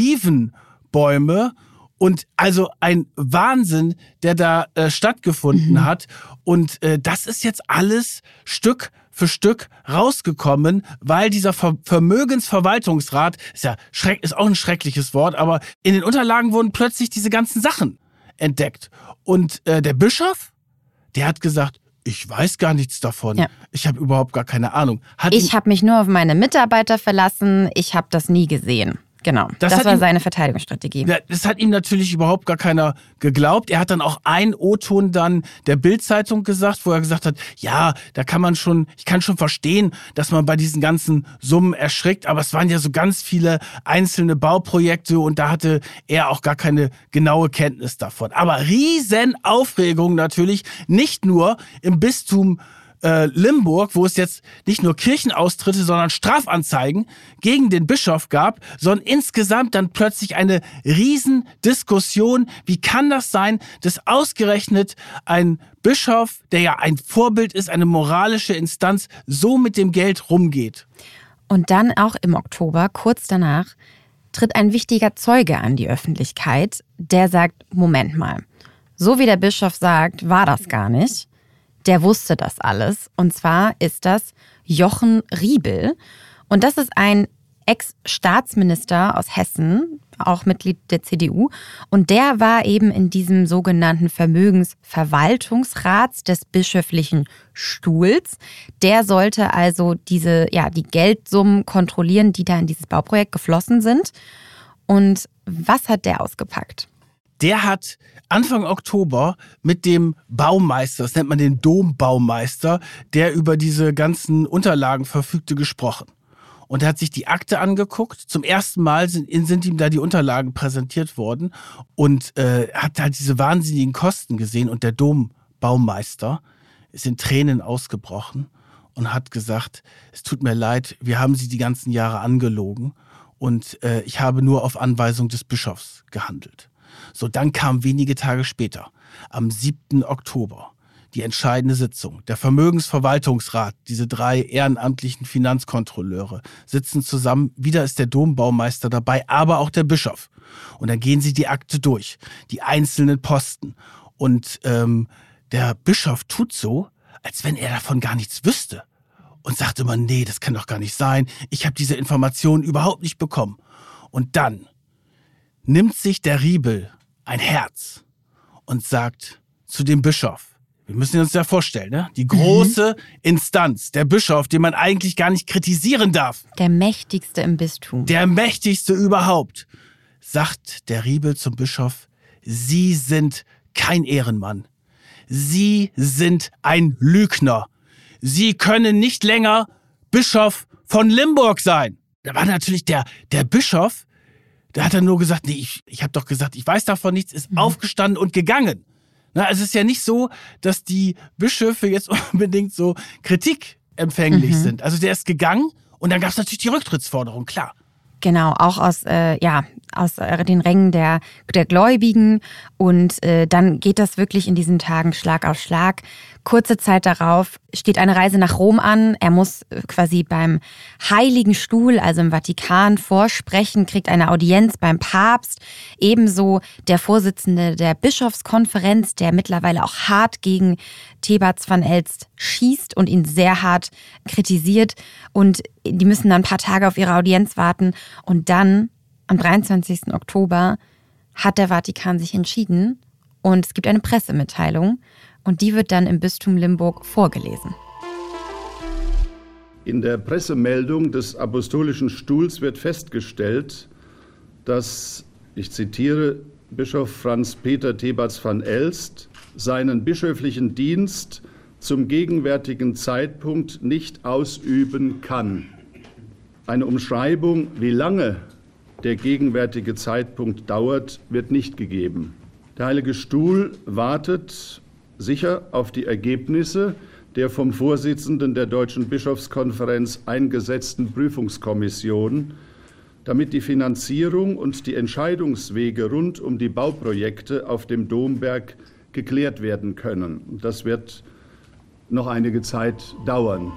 Olivenbäume und also ein Wahnsinn, der da äh, stattgefunden mhm. hat. Und äh, das ist jetzt alles Stück für Stück rausgekommen, weil dieser Ver- Vermögensverwaltungsrat, ist ja schreck, ist auch ein schreckliches Wort, aber in den Unterlagen wurden plötzlich diese ganzen Sachen entdeckt. Und äh, der Bischof, der hat gesagt, ich weiß gar nichts davon. Ja. Ich habe überhaupt gar keine Ahnung. Hat ich habe mich nur auf meine Mitarbeiter verlassen. Ich habe das nie gesehen. Genau, das, das war ihm, seine Verteidigungsstrategie. Das hat ihm natürlich überhaupt gar keiner geglaubt. Er hat dann auch einen O-Ton dann der Bild-Zeitung gesagt, wo er gesagt hat, ja, da kann man schon, ich kann schon verstehen, dass man bei diesen ganzen Summen erschrickt, aber es waren ja so ganz viele einzelne Bauprojekte und da hatte er auch gar keine genaue Kenntnis davon. Aber Riesenaufregung natürlich, nicht nur im Bistum Äh, Limburg, wo es jetzt nicht nur Kirchenaustritte, sondern Strafanzeigen gegen den Bischof gab, sondern insgesamt dann plötzlich eine Riesendiskussion. Wie kann das sein, dass ausgerechnet ein Bischof, der ja ein Vorbild ist, eine moralische Instanz, so mit dem Geld rumgeht? Und dann auch im Oktober, kurz danach, tritt ein wichtiger Zeuge an die Öffentlichkeit, der sagt, Moment mal, so wie der Bischof sagt, war das gar nicht. Der wusste das alles. Und zwar ist das Jochen Riebel. Und das ist ein Ex-Staatsminister aus Hessen, auch Mitglied der C D U. Und der war eben in diesem sogenannten Vermögensverwaltungsrat des bischöflichen Stuhls. Der sollte also diese, ja, die Geldsummen kontrollieren, die da in dieses Bauprojekt geflossen sind. Und was hat der ausgepackt? Der hat Anfang Oktober mit dem Baumeister, das nennt man den Dombaumeister, der über diese ganzen Unterlagen verfügte, gesprochen. Und er hat sich die Akte angeguckt. Zum ersten Mal sind, sind ihm da die Unterlagen präsentiert worden und äh, hat halt diese wahnsinnigen Kosten gesehen. Und der Dombaumeister ist in Tränen ausgebrochen und hat gesagt, es tut mir leid, wir haben Sie die ganzen Jahre angelogen und äh, ich habe nur auf Anweisung des Bischofs gehandelt. So, dann kam wenige Tage später, am siebten Oktober, die entscheidende Sitzung. Der Vermögensverwaltungsrat, diese drei ehrenamtlichen Finanzkontrolleure, sitzen zusammen. Wieder ist der Dombaumeister dabei, aber auch der Bischof. Und dann gehen sie die Akte durch, die einzelnen Posten. Und ähm, der Bischof tut so, als wenn er davon gar nichts wüsste. Und sagt immer, nee, das kann doch gar nicht sein. Ich habe diese Informationen überhaupt nicht bekommen. Und dann nimmt sich der Riebel ein Herz und sagt zu dem Bischof, wir müssen uns ja vorstellen, ne? Die große mhm. Instanz, der Bischof, den man eigentlich gar nicht kritisieren darf. Der mächtigste im Bistum. Der mächtigste überhaupt, sagt der Riebel zum Bischof, Sie sind kein Ehrenmann. Sie sind ein Lügner. Sie können nicht länger Bischof von Limburg sein. Da war natürlich der, der Bischof, der hat dann nur gesagt, nee, ich, ich habe doch gesagt, ich weiß davon nichts, ist mhm. aufgestanden und gegangen. Na, also es ist ja nicht so, dass die Bischöfe jetzt unbedingt so kritikempfänglich mhm. sind. Also der ist gegangen und dann gab es natürlich die Rücktrittsforderung, klar. Genau, auch aus, äh, ja, aus äh, den Rängen der, der Gläubigen. Und äh, dann geht das wirklich in diesen Tagen Schlag auf Schlag. Kurze Zeit darauf steht eine Reise nach Rom an. Er muss quasi beim Heiligen Stuhl, also im Vatikan, vorsprechen, kriegt eine Audienz beim Papst. Ebenso der Vorsitzende der Bischofskonferenz, der mittlerweile auch hart gegen Thebats van Elst schießt und ihn sehr hart kritisiert. Und die müssen dann ein paar Tage auf ihre Audienz warten. Und dann, am dreiundzwanzigsten Oktober, hat der Vatikan sich entschieden und es gibt eine Pressemitteilung. Und die wird dann im Bistum Limburg vorgelesen. In der Pressemeldung des Apostolischen Stuhls wird festgestellt, dass, ich zitiere, Bischof Franz Peter Thebats van Elst seinen bischöflichen Dienst zum gegenwärtigen Zeitpunkt nicht ausüben kann. Eine Umschreibung, wie lange der gegenwärtige Zeitpunkt dauert, wird nicht gegeben. Der Heilige Stuhl wartet sicher auf die Ergebnisse der vom Vorsitzenden der Deutschen Bischofskonferenz eingesetzten Prüfungskommission, damit die Finanzierung und die Entscheidungswege rund um die Bauprojekte auf dem Domberg geklärt werden können. Das wird noch einige Zeit dauern.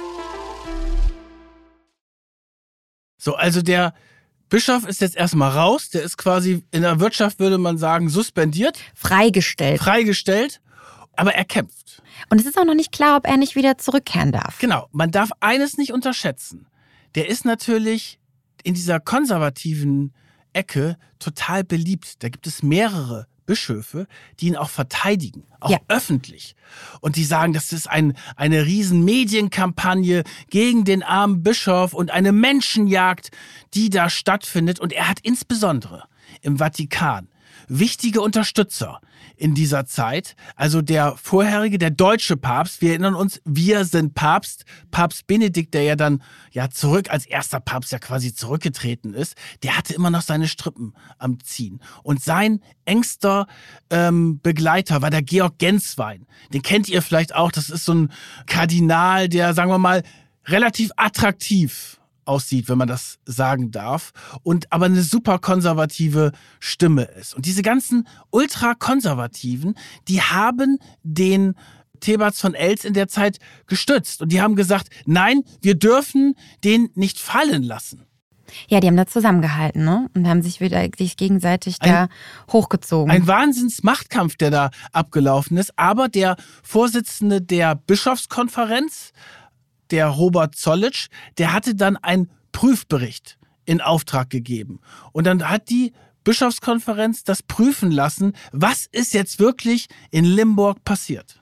So, also der Bischof ist jetzt erstmal raus, der ist quasi in der Wirtschaft, würde man sagen, suspendiert. Freigestellt. Freigestellt, aber er kämpft. Und es ist auch noch nicht klar, ob er nicht wieder zurückkehren darf. Genau, man darf eines nicht unterschätzen. Der ist natürlich in dieser konservativen Ecke total beliebt. Da gibt es mehrere Bischöfe, die ihn auch verteidigen, auch ja. öffentlich. Und die sagen, das ist ein, eine riesen Medienkampagne gegen den armen Bischof und eine Menschenjagd, die da stattfindet. Und er hat insbesondere im Vatikan wichtige Unterstützer in dieser Zeit. Also der vorherige, der deutsche Papst, wir erinnern uns, wir sind Papst, Papst Benedikt, der ja dann ja zurück als erster Papst ja quasi zurückgetreten ist, der hatte immer noch seine Strippen am Ziehen. Und sein engster ähm, Begleiter war der Georg Genswein. Den kennt ihr vielleicht auch, das ist so ein Kardinal, der, sagen wir mal, relativ attraktiv aussieht, wenn man das sagen darf, und aber eine super konservative Stimme ist. Und diese ganzen Ultrakonservativen, die haben den Thebats von Elst in der Zeit gestützt. Und die haben gesagt, nein, wir dürfen den nicht fallen lassen. Ja, die haben da zusammengehalten, ne? Und haben sich wieder sich gegenseitig ein, da hochgezogen. Ein Wahnsinnsmachtkampf, der da abgelaufen ist. Aber der Vorsitzende der Bischofskonferenz, der Robert Zollitsch, der hatte dann einen Prüfbericht in Auftrag gegeben. Und dann hat die Bischofskonferenz das prüfen lassen, was ist jetzt wirklich in Limburg passiert.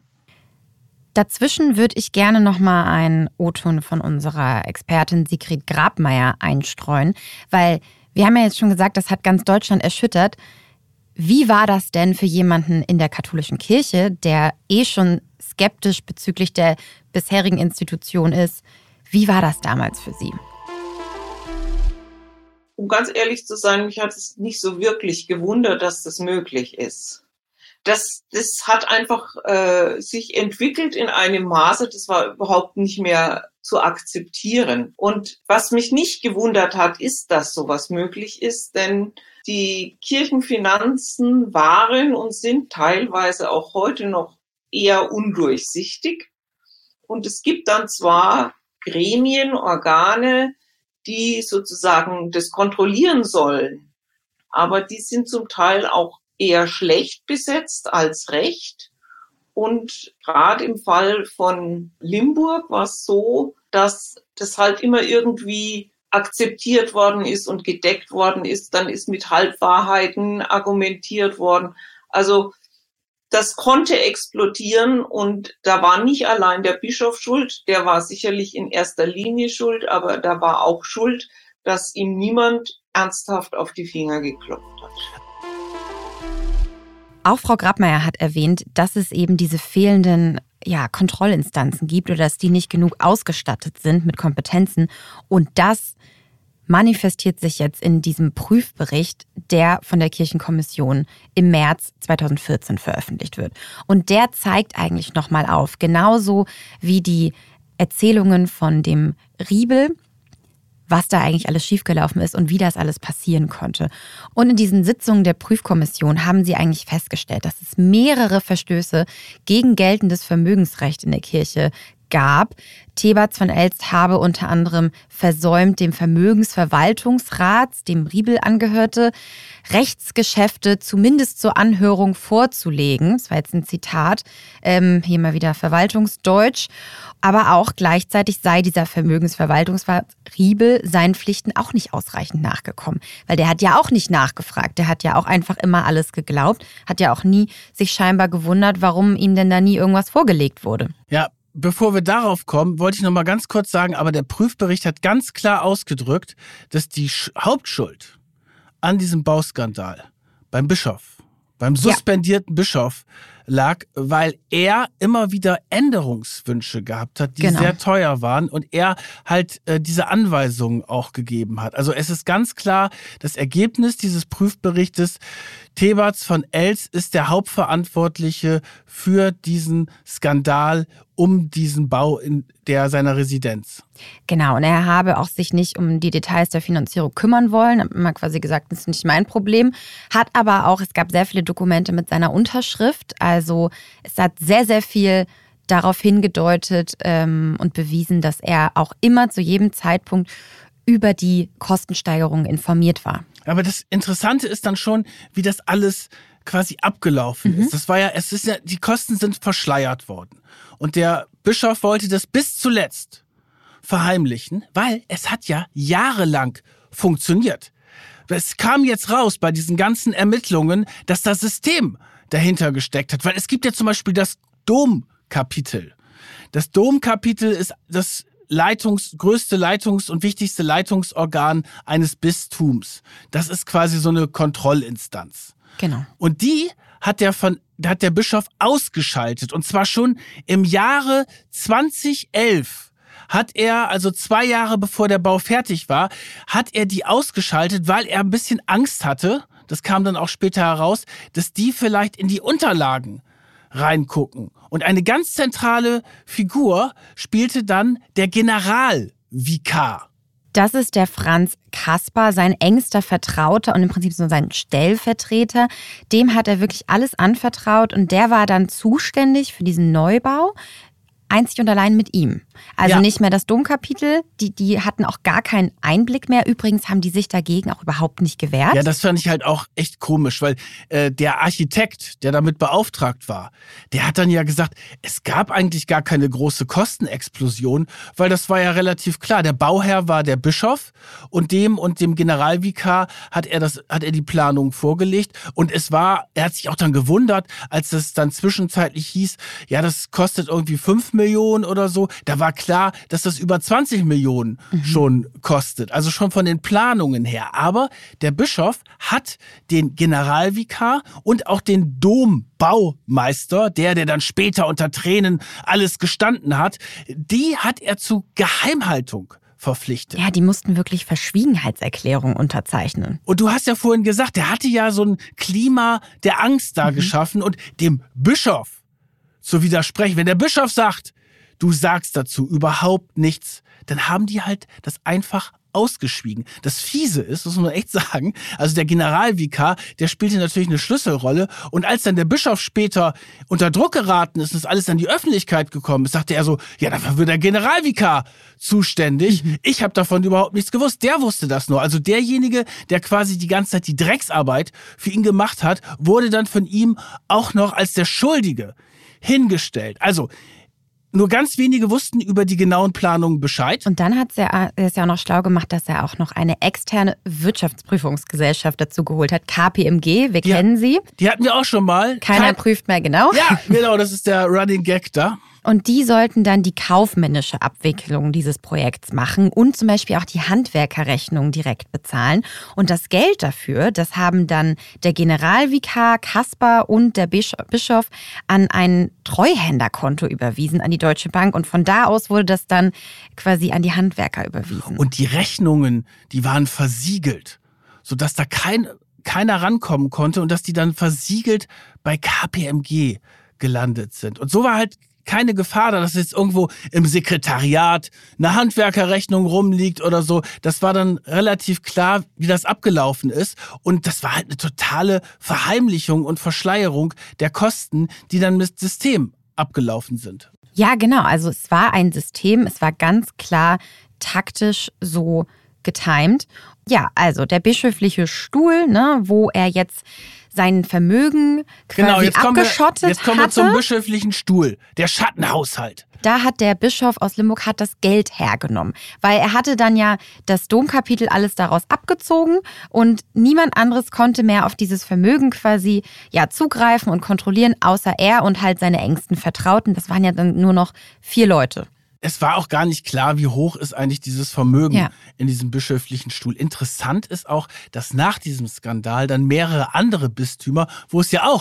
Dazwischen würde ich gerne nochmal einen O-Ton von unserer Expertin Sigrid Grabmeier einstreuen, weil wir haben ja jetzt schon gesagt, das hat ganz Deutschland erschüttert. Wie war das denn für jemanden in der katholischen Kirche, der eh schon skeptisch bezüglich der bisherigen Institution ist? Wie war das damals für Sie? Um ganz ehrlich zu sein, mich hat es nicht so wirklich gewundert, dass das möglich ist. Das, das hat einfach äh, sich entwickelt in einem Maße, das war überhaupt nicht mehr zu akzeptieren. Und was mich nicht gewundert hat, ist, dass sowas möglich ist, denn die Kirchenfinanzen waren und sind teilweise auch heute noch eher undurchsichtig. Und es gibt dann zwar Gremien, Organe, die sozusagen das kontrollieren sollen, aber die sind zum Teil auch eher schlecht besetzt als recht. Und gerade im Fall von Limburg war es so, dass das halt immer irgendwie akzeptiert worden ist und gedeckt worden ist. Dann ist mit Halbwahrheiten argumentiert worden. Also das konnte explodieren und da war nicht allein der Bischof schuld, der war sicherlich in erster Linie schuld, aber da war auch schuld, dass ihm niemand ernsthaft auf die Finger geklopft hat. Auch Frau Grabmeier hat erwähnt, dass es eben diese fehlenden ja, Kontrollinstanzen gibt oder dass die nicht genug ausgestattet sind mit Kompetenzen. Und das manifestiert sich jetzt in diesem Prüfbericht, der von der Kirchenkommission im März zweitausendvierzehn veröffentlicht wird. Und der zeigt eigentlich nochmal auf, genauso wie die Erzählungen von dem Riebel, was da eigentlich alles schiefgelaufen ist und wie das alles passieren konnte. Und in diesen Sitzungen der Prüfkommission haben sie eigentlich festgestellt, dass es mehrere Verstöße gegen geltendes Vermögensrecht in der Kirche gab. Thebats von Elst habe unter anderem versäumt, dem Vermögensverwaltungsrat, dem Riebel angehörte, Rechtsgeschäfte zumindest zur Anhörung vorzulegen. Das war jetzt ein Zitat, ähm, hier mal wieder Verwaltungsdeutsch. Aber auch gleichzeitig sei dieser Vermögensverwaltungsrat Riebel seinen Pflichten auch nicht ausreichend nachgekommen. Weil der hat ja auch nicht nachgefragt. Der hat ja auch einfach immer alles geglaubt. Hat ja auch nie sich scheinbar gewundert, warum ihm denn da nie irgendwas vorgelegt wurde. Ja, bevor wir darauf kommen, wollte ich noch mal ganz kurz sagen, aber der Prüfbericht hat ganz klar ausgedrückt, dass die Hauptschuld an diesem Bauskandal beim Bischof, beim suspendierten ja. Bischof lag, weil er immer wieder Änderungswünsche gehabt hat, die genau. sehr teuer waren und er halt äh, diese Anweisungen auch gegeben hat. Also es ist ganz klar, das Ergebnis dieses Prüfberichtes, Thebats von Elst ist der Hauptverantwortliche für diesen Skandal um diesen Bau in der seiner Residenz. Genau, und er habe auch sich nicht um die Details der Finanzierung kümmern wollen, hat immer quasi gesagt, das ist nicht mein Problem, hat aber auch, es gab sehr viele Dokumente mit seiner Unterschrift, also es hat sehr, sehr viel darauf hingedeutet ähm, und bewiesen, dass er auch immer zu jedem Zeitpunkt über die Kostensteigerungen informiert war. Aber das Interessante ist dann schon, wie das alles quasi abgelaufen mhm. ist. Das war ja, es ist ja, die Kosten sind verschleiert worden. Und der Bischof wollte das bis zuletzt verheimlichen, weil es hat ja jahrelang funktioniert. Es kam jetzt raus bei diesen ganzen Ermittlungen, dass das System dahinter gesteckt hat. Weil es gibt ja zum Beispiel das Domkapitel. Das Domkapitel ist das Leitungs, größte Leitungs- und wichtigste Leitungsorgan eines Bistums. Das ist quasi so eine Kontrollinstanz. Genau. Und die hat der, von, hat der Bischof ausgeschaltet. Und zwar schon im Jahre zweitausendelf hat er, also zwei Jahre bevor der Bau fertig war, hat er die ausgeschaltet, weil er ein bisschen Angst hatte, das kam dann auch später heraus, dass die vielleicht in die Unterlagen reingucken. Und eine ganz zentrale Figur spielte dann der Generalvikar. Das ist der Franz Kasper, sein engster Vertrauter und im Prinzip so sein Stellvertreter. Dem hat er wirklich alles anvertraut und der war dann zuständig für diesen Neubau. Einzig und allein mit ihm. Also ja. Nicht mehr das Domkapitel, die, die hatten auch gar keinen Einblick mehr. Übrigens haben die sich dagegen auch überhaupt nicht gewehrt. Ja, das fand ich halt auch echt komisch, weil äh, der Architekt, der damit beauftragt war, der hat dann ja gesagt, es gab eigentlich gar keine große Kostenexplosion, weil das war ja relativ klar. Der Bauherr war der Bischof und dem und dem Generalvikar hat er das, hat er die Planung vorgelegt und es war, er hat sich auch dann gewundert, als es dann zwischenzeitlich hieß, ja, das kostet irgendwie fünf Millionen oder so, da war klar, dass das über zwanzig Millionen mhm. schon kostet. Also schon von den Planungen her. Aber der Bischof hat den Generalvikar und auch den Dombaumeister, der, der dann später unter Tränen alles gestanden hat, die hat er zu Geheimhaltung verpflichtet. Ja, die mussten wirklich Verschwiegenheitserklärungen unterzeichnen. Und du hast ja vorhin gesagt, der hatte ja so ein Klima der Angst da mhm. geschaffen und dem Bischof zu widersprechen. Wenn der Bischof sagt, du sagst dazu überhaupt nichts, dann haben die halt das einfach ausgeschwiegen. Das Fiese ist, muss man echt sagen, also der Generalvikar, der spielte natürlich eine Schlüsselrolle und als dann der Bischof später unter Druck geraten ist und das alles an die Öffentlichkeit gekommen ist, sagte er so, ja, dafür wird der Generalvikar zuständig. Mhm. Ich habe davon überhaupt nichts gewusst. Der wusste das nur. Also derjenige, der quasi die ganze Zeit die Drecksarbeit für ihn gemacht hat, wurde dann von ihm auch noch als der Schuldige hingestellt. Also nur ganz wenige wussten über die genauen Planungen Bescheid. Und dann hat er es ja auch noch schlau gemacht, dass er auch noch eine externe Wirtschaftsprüfungsgesellschaft dazu geholt hat. K P M G, wir ja, kennen sie. Die hatten wir auch schon mal. Keiner Kein, prüft mehr genau. Ja, genau, das ist der Running Gag da. Und die sollten dann die kaufmännische Abwicklung dieses Projekts machen und zum Beispiel auch die Handwerkerrechnung direkt bezahlen. Und das Geld dafür, das haben dann der Generalvikar Kasper und der Bischof an ein Treuhänderkonto überwiesen, an die Deutsche Bank. Und von da aus wurde das dann quasi an die Handwerker überwiesen. Und die Rechnungen, die waren versiegelt, sodass da kein, keiner rankommen konnte und dass die dann versiegelt bei K P M G gelandet sind. Und so war halt keine Gefahr da, dass jetzt irgendwo im Sekretariat eine Handwerkerrechnung rumliegt oder so. Das war dann relativ klar, wie das abgelaufen ist. Und das war halt eine totale Verheimlichung und Verschleierung der Kosten, die dann mit System abgelaufen sind. Ja, genau. Also es war ein System, es war ganz klar taktisch so getimt. Ja, also der bischöfliche Stuhl, ne, wo er jetzt sein Vermögen quasi genau, jetzt abgeschottet wir, jetzt kommen wir hatte. zum bischöflichen Stuhl, der Schattenhaushalt. Da hat der Bischof aus Limburg hat das Geld hergenommen, weil er hatte dann ja das Domkapitel alles daraus abgezogen und niemand anderes konnte mehr auf dieses Vermögen quasi ja zugreifen und kontrollieren, außer er und halt seine engsten Vertrauten. Das waren ja dann nur noch vier Leute. Es war auch gar nicht klar, wie hoch ist eigentlich dieses Vermögen ja. in diesem bischöflichen Stuhl. Interessant ist auch, dass nach diesem Skandal dann mehrere andere Bistümer, wo es ja auch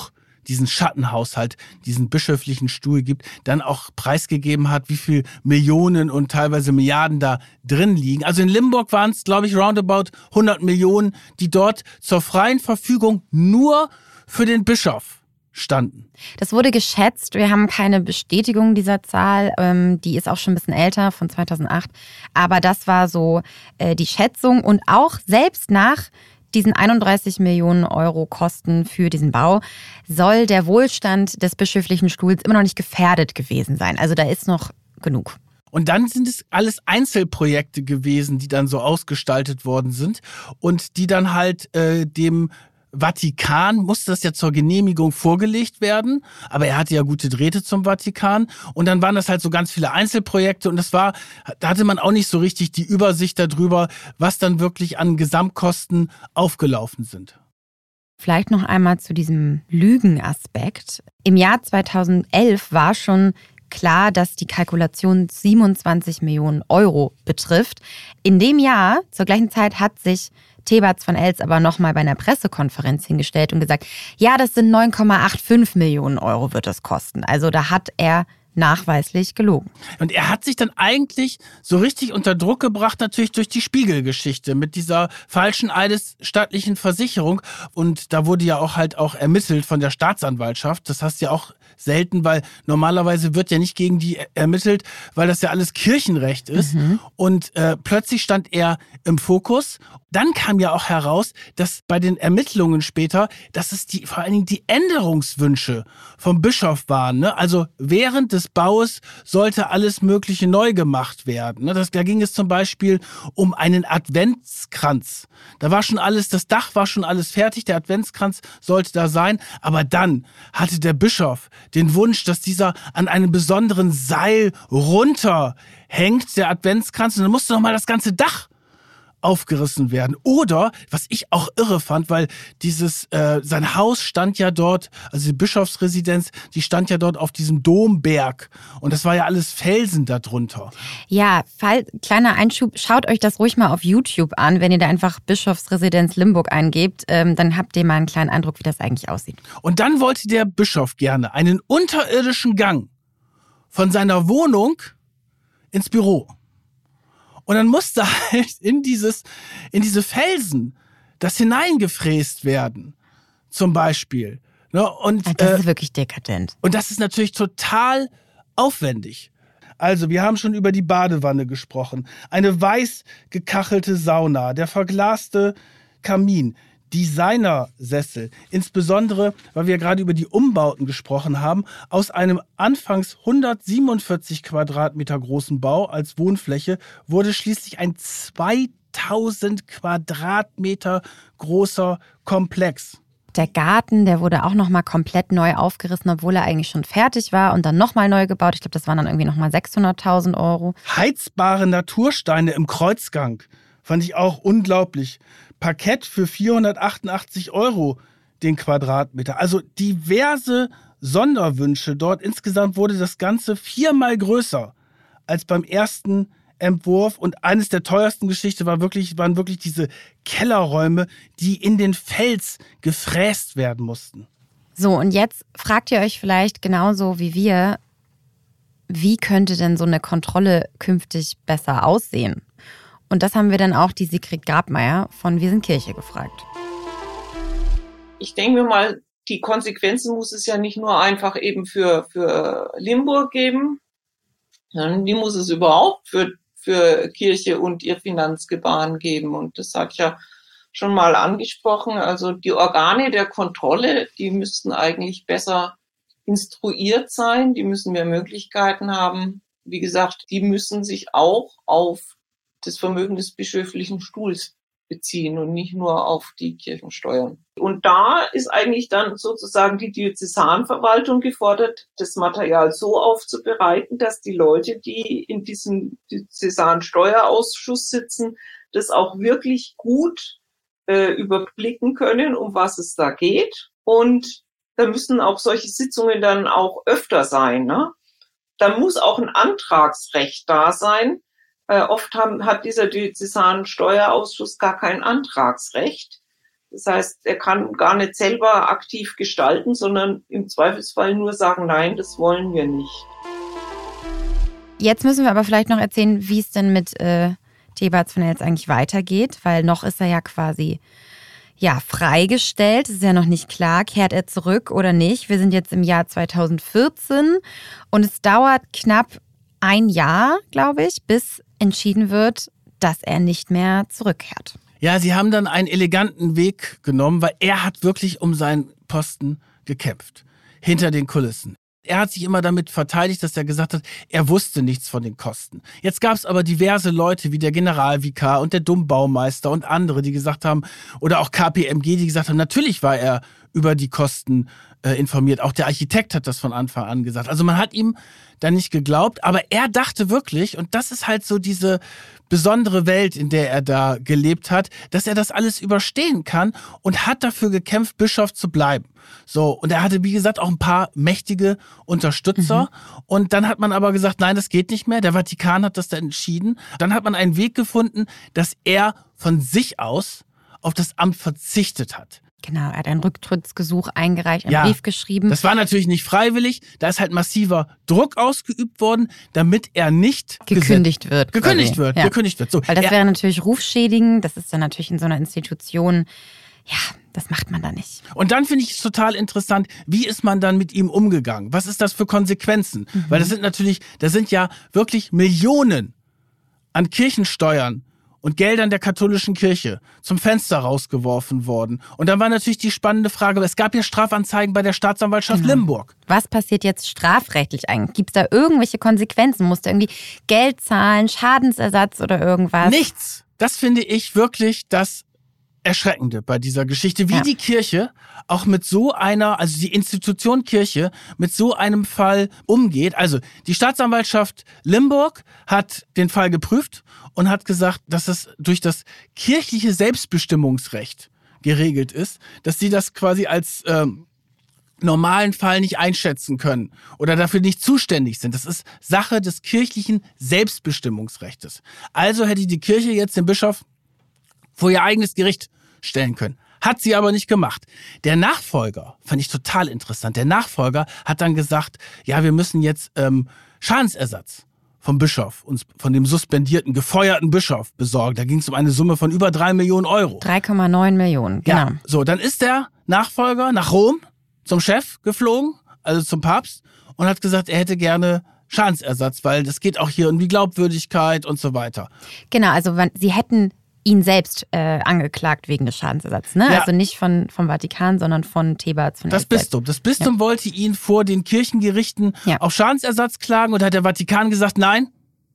diesen Schattenhaushalt, diesen bischöflichen Stuhl gibt, dann auch preisgegeben hat, wie viel Millionen und teilweise Milliarden da drin liegen. Also in Limburg waren es, glaube ich, roundabout hundert Millionen, die dort zur freien Verfügung nur für den Bischof standen. Das wurde geschätzt. Wir haben keine Bestätigung dieser Zahl. Ähm, die ist auch schon ein bisschen älter, von zweitausendacht. Aber das war so äh, die Schätzung. Und auch selbst nach diesen einunddreißig Millionen Euro Kosten für diesen Bau soll der Wohlstand des bischöflichen Stuhls immer noch nicht gefährdet gewesen sein. Also da ist noch genug. Und dann sind es alles Einzelprojekte gewesen, die dann so ausgestaltet worden sind und die dann halt äh, dem Vatikan, musste das ja zur Genehmigung vorgelegt werden, aber er hatte ja gute Drähte zum Vatikan und dann waren das halt so ganz viele Einzelprojekte und das war, da hatte man auch nicht so richtig die Übersicht darüber, was dann wirklich an Gesamtkosten aufgelaufen sind. Vielleicht noch einmal zu diesem Lügenaspekt. Im Jahr zweitausendelf war schon klar, dass die Kalkulation siebenundzwanzig Millionen Euro betrifft. In dem Jahr, zur gleichen Zeit, hat sich Thebats von Elst aber nochmal bei einer Pressekonferenz hingestellt und gesagt, ja, das sind neun Komma fünfundachtzig Millionen Euro wird das kosten. Also da hat er nachweislich gelogen. Und er hat sich dann eigentlich so richtig unter Druck gebracht, natürlich durch die Spiegelgeschichte mit dieser falschen eidesstattlichen Versicherung. Und da wurde ja auch halt auch ermittelt von der Staatsanwaltschaft. Das hast du ja auch selten, weil normalerweise wird ja nicht gegen die ermittelt, weil das ja alles Kirchenrecht ist. Mhm. Und äh, plötzlich stand er im Fokus. Dann kam ja auch heraus, dass bei den Ermittlungen später, dass es die, vor allen Dingen die Änderungswünsche vom Bischof waren. Ne? Also während des Baues sollte alles Mögliche neu gemacht werden. Ne? Das, da ging es zum Beispiel um einen Adventskranz. Da war schon alles, das Dach war schon alles fertig, der Adventskranz sollte da sein. Aber dann hatte der Bischof den Wunsch, dass dieser an einem besonderen Seil runterhängt, der Adventskranz. Und dann musste noch mal das ganze Dach aufgerissen werden. Oder, was ich auch irre fand, weil dieses, äh, sein Haus stand ja dort, also die Bischofsresidenz, die stand ja dort auf diesem Domberg. Und das war ja alles Felsen darunter. Ja, Fall, kleiner Einschub, schaut euch das ruhig mal auf YouTube an, wenn ihr da einfach Bischofsresidenz Limburg eingebt, ähm, dann habt ihr mal einen kleinen Eindruck, wie das eigentlich aussieht. Und dann wollte der Bischof gerne einen unterirdischen Gang von seiner Wohnung ins Büro. Und dann musste halt in dieses, in diese Felsen das hineingefräst werden, zum Beispiel. Ne? Und, das äh, ist wirklich dekadent. Und das ist natürlich total aufwendig. Also, wir haben schon über die Badewanne gesprochen. Eine weiß gekachelte Sauna, der verglaste Kamin, Designersessel, insbesondere, weil wir gerade über die Umbauten gesprochen haben, aus einem anfangs hundertsiebenundvierzig Quadratmeter großen Bau als Wohnfläche wurde schließlich ein zweitausend Quadratmeter großer Komplex. Der Garten, der wurde auch nochmal komplett neu aufgerissen, obwohl er eigentlich schon fertig war und dann nochmal neu gebaut. Ich glaube, das waren dann irgendwie nochmal sechshunderttausend Euro. Heizbare Natursteine im Kreuzgang fand ich auch unglaublich. Parkett für vierhundertachtundachtzig Euro den Quadratmeter. Also diverse Sonderwünsche dort. Insgesamt wurde das Ganze viermal größer als beim ersten Entwurf. Und eines der teuersten Geschichten war wirklich, waren wirklich diese Kellerräume, die in den Fels gefräst werden mussten. So, und jetzt fragt ihr euch vielleicht genauso wie wir, wie könnte denn so eine Kontrolle künftig besser aussehen? Und das haben wir dann auch die Sigrid Grabmeier von Wir sind Kirche gefragt. Ich denke mir mal, die Konsequenzen muss es ja nicht nur einfach eben für, für Limburg geben, sondern die muss es überhaupt für, für Kirche und ihr Finanzgebaren geben. Und das habe ich ja schon mal angesprochen. Also die Organe der Kontrolle, die müssten eigentlich besser instruiert sein. Die müssen mehr Möglichkeiten haben. Wie gesagt, die müssen sich auch auf das Vermögen des bischöflichen Stuhls beziehen und nicht nur auf die Kirchensteuern. Und da ist eigentlich dann sozusagen die Diözesanverwaltung gefordert, das Material so aufzubereiten, dass die Leute, die in diesem Diözesansteuerausschuss sitzen, das auch wirklich gut äh, überblicken können, um was es da geht. Und da müssen auch solche Sitzungen dann auch öfter sein, ne? Da muss auch ein Antragsrecht da sein. Äh, oft haben, hat dieser Diözesansteuerausschuss gar kein Antragsrecht. Das heißt, er kann gar nicht selber aktiv gestalten, sondern im Zweifelsfall nur sagen, nein, das wollen wir nicht. Jetzt müssen wir aber vielleicht noch erzählen, wie es denn mit äh, Thebats von Elst eigentlich weitergeht, weil noch ist er ja quasi ja, freigestellt. Es ist ja noch nicht klar, kehrt er zurück oder nicht. Wir sind jetzt im Jahr zweitausendvierzehn und es dauert knapp ein Jahr, glaube ich, bis entschieden wird, dass er nicht mehr zurückkehrt. Ja, sie haben dann einen eleganten Weg genommen, weil er hat wirklich um seinen Posten gekämpft. Hinter den Kulissen. Er hat sich immer damit verteidigt, dass er gesagt hat, er wusste nichts von den Kosten. Jetzt gab es aber diverse Leute wie der Generalvikar und der Dombaumeister und andere, die gesagt haben, oder auch K P M G, die gesagt haben, natürlich war er über die Kosten äh, informiert. Auch der Architekt hat das von Anfang an gesagt. Also man hat ihm da nicht geglaubt, aber er dachte wirklich, und das ist halt so diese besondere Welt, in der er da gelebt hat, dass er das alles überstehen kann und hat dafür gekämpft, Bischof zu bleiben. So, und er hatte, wie gesagt, auch ein paar mächtige Unterstützer. Mhm. Und dann hat man aber gesagt, nein, das geht nicht mehr. Der Vatikan hat das dann entschieden. Dann hat man einen Weg gefunden, dass er von sich aus auf das Amt verzichtet hat. Genau, er hat ein Rücktrittsgesuch eingereicht, einen ja, Brief geschrieben. Das war natürlich nicht freiwillig. Da ist halt massiver Druck ausgeübt worden, damit er nicht gekündigt wird. Gekündigt quasi. wird, ja. gekündigt wird. So, Weil das er, wäre natürlich rufschädigend. Das ist dann natürlich in so einer Institution, ja, das macht man da nicht. Und dann finde ich es total interessant, wie ist man dann mit ihm umgegangen? Was ist das für Konsequenzen? Mhm. Weil das sind natürlich, das sind ja wirklich Millionen an Kirchensteuern und Geldern der katholischen Kirche zum Fenster rausgeworfen worden. Und dann war natürlich die spannende Frage, es gab ja Strafanzeigen bei der Staatsanwaltschaft genau. Limburg. Was passiert jetzt strafrechtlich eigentlich? Gibt es da irgendwelche Konsequenzen? Musst du irgendwie Geld zahlen, Schadensersatz oder irgendwas? Nichts. Das finde ich wirklich das Erschreckende bei dieser Geschichte, wie ja. die Kirche auch mit so einer, also die Institution Kirche, mit so einem Fall umgeht. Also die Staatsanwaltschaft Limburg hat den Fall geprüft und hat gesagt, dass es durch das kirchliche Selbstbestimmungsrecht geregelt ist, dass sie das quasi als ähm, normalen Fall nicht einschätzen können oder dafür nicht zuständig sind. Das ist Sache des kirchlichen Selbstbestimmungsrechtes. Also hätte die Kirche jetzt den Bischof vor ihr eigenes Gericht stellen können. Hat sie aber nicht gemacht. Der Nachfolger, fand ich total interessant, der Nachfolger hat dann gesagt, ja, wir müssen jetzt ähm, Schadensersatz vom Bischof, uns von dem suspendierten, gefeuerten Bischof besorgen. Da ging es um eine Summe von über drei Millionen Euro. drei Komma neun Millionen, genau. Ja, so, dann ist der Nachfolger nach Rom zum Chef geflogen, also zum Papst, und hat gesagt, er hätte gerne Schadensersatz, weil das geht auch hier um die Glaubwürdigkeit und so weiter. Genau, also sie hätten ihn selbst äh, angeklagt wegen des Schadensersatzes. Ne? Ja. Also nicht von, vom Vatikan, sondern von Thebats von Das Elst Bistum. Das Bistum ja. wollte ihn vor den Kirchengerichten ja. auf Schadensersatz klagen und hat der Vatikan gesagt, nein,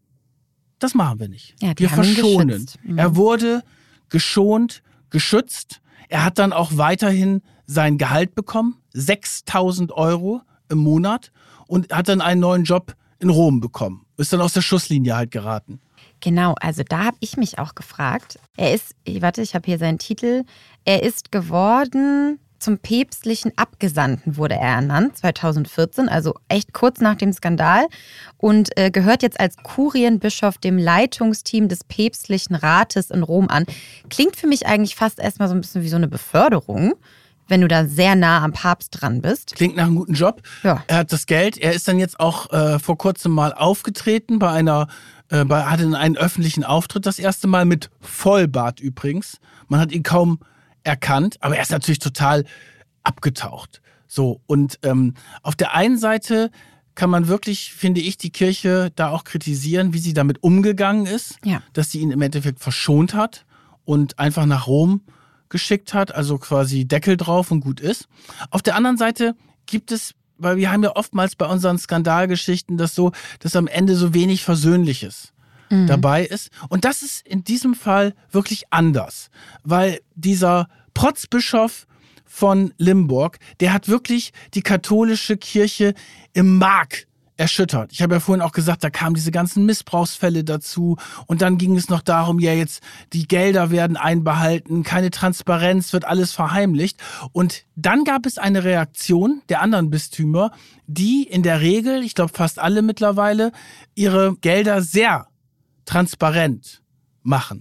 das machen wir nicht. Ja, wir verschonen. Mhm. Er wurde geschont, geschützt. Er hat dann auch weiterhin sein Gehalt bekommen, sechstausend Euro im Monat, und hat dann einen neuen Job in Rom bekommen. Ist dann aus der Schusslinie halt geraten. Genau, also da habe ich mich auch gefragt. Er ist, warte, ich habe hier seinen Titel. Er ist geworden, zum päpstlichen Abgesandten wurde er ernannt, zweitausendvierzehn, also echt kurz nach dem Skandal. Und äh, gehört jetzt als Kurienbischof dem Leitungsteam des päpstlichen Rates in Rom an. Klingt für mich eigentlich fast erstmal so ein bisschen wie so eine Beförderung, wenn du da sehr nah am Papst dran bist. Klingt nach einem guten Job. Ja. Er hat das Geld. Er ist dann jetzt auch äh, vor kurzem mal aufgetreten bei einer Äh, hatte einen öffentlichen Auftritt das erste Mal mit Vollbart übrigens. Man hat ihn kaum erkannt, aber er ist natürlich total abgetaucht. So, und ähm, auf der einen Seite kann man wirklich, finde ich, die Kirche da auch kritisieren, wie sie damit umgegangen ist, ja. dass sie ihn im Endeffekt verschont hat und einfach nach Rom geschickt hat, also quasi Deckel drauf und gut ist. Auf der anderen Seite gibt es, weil wir haben ja oftmals bei unseren Skandalgeschichten das so, dass am Ende so wenig Versöhnliches mhm. dabei ist. Und das ist in diesem Fall wirklich anders, weil dieser Protzbischof von Limburg, der hat wirklich die katholische Kirche im Mark erschüttert. Ich habe ja vorhin auch gesagt, da kamen diese ganzen Missbrauchsfälle dazu und dann ging es noch darum, ja jetzt, die Gelder werden einbehalten, keine Transparenz, wird alles verheimlicht. Und dann gab es eine Reaktion der anderen Bistümer, die in der Regel, ich glaube fast alle mittlerweile, ihre Gelder sehr transparent machen.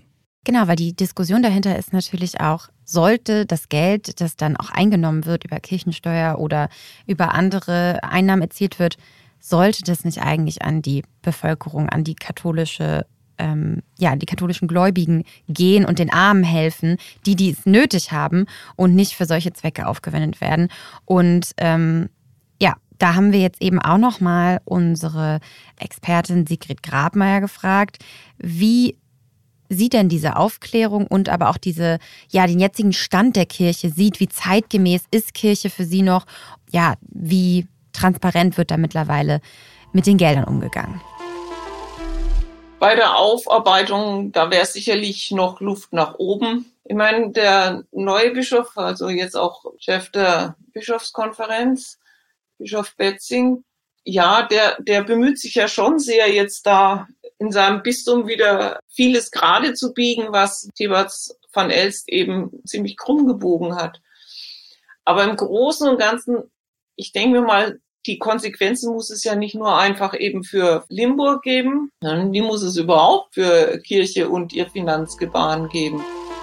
Genau, weil die Diskussion dahinter ist natürlich auch, sollte das Geld, das dann auch eingenommen wird über Kirchensteuer oder über andere Einnahmen erzielt wird, sollte das nicht eigentlich an die Bevölkerung, an die katholische, ähm, ja, die katholischen Gläubigen gehen und den Armen helfen, die, die es nötig haben und nicht für solche Zwecke aufgewendet werden. Und ähm, ja, da haben wir jetzt eben auch nochmal unsere Expertin Sigrid Grabmeier gefragt, wie sie denn diese Aufklärung und aber auch diese, ja, den jetzigen Stand der Kirche sieht, wie zeitgemäß ist Kirche für sie noch, ja, wie transparent wird da mittlerweile mit den Geldern umgegangen. Bei der Aufarbeitung, da wäre sicherlich noch Luft nach oben. Ich meine, der neue Bischof, also jetzt auch Chef der Bischofskonferenz, Bischof Betzing, ja, der, der bemüht sich ja schon sehr, jetzt da in seinem Bistum wieder vieles gerade zu biegen, was Thebats van Elst eben ziemlich krumm gebogen hat. Aber im Großen und Ganzen, ich denke mir mal, die Konsequenzen muss es ja nicht nur einfach eben für Limburg geben, sondern die muss es überhaupt für Kirche und ihr Finanzgebaren geben.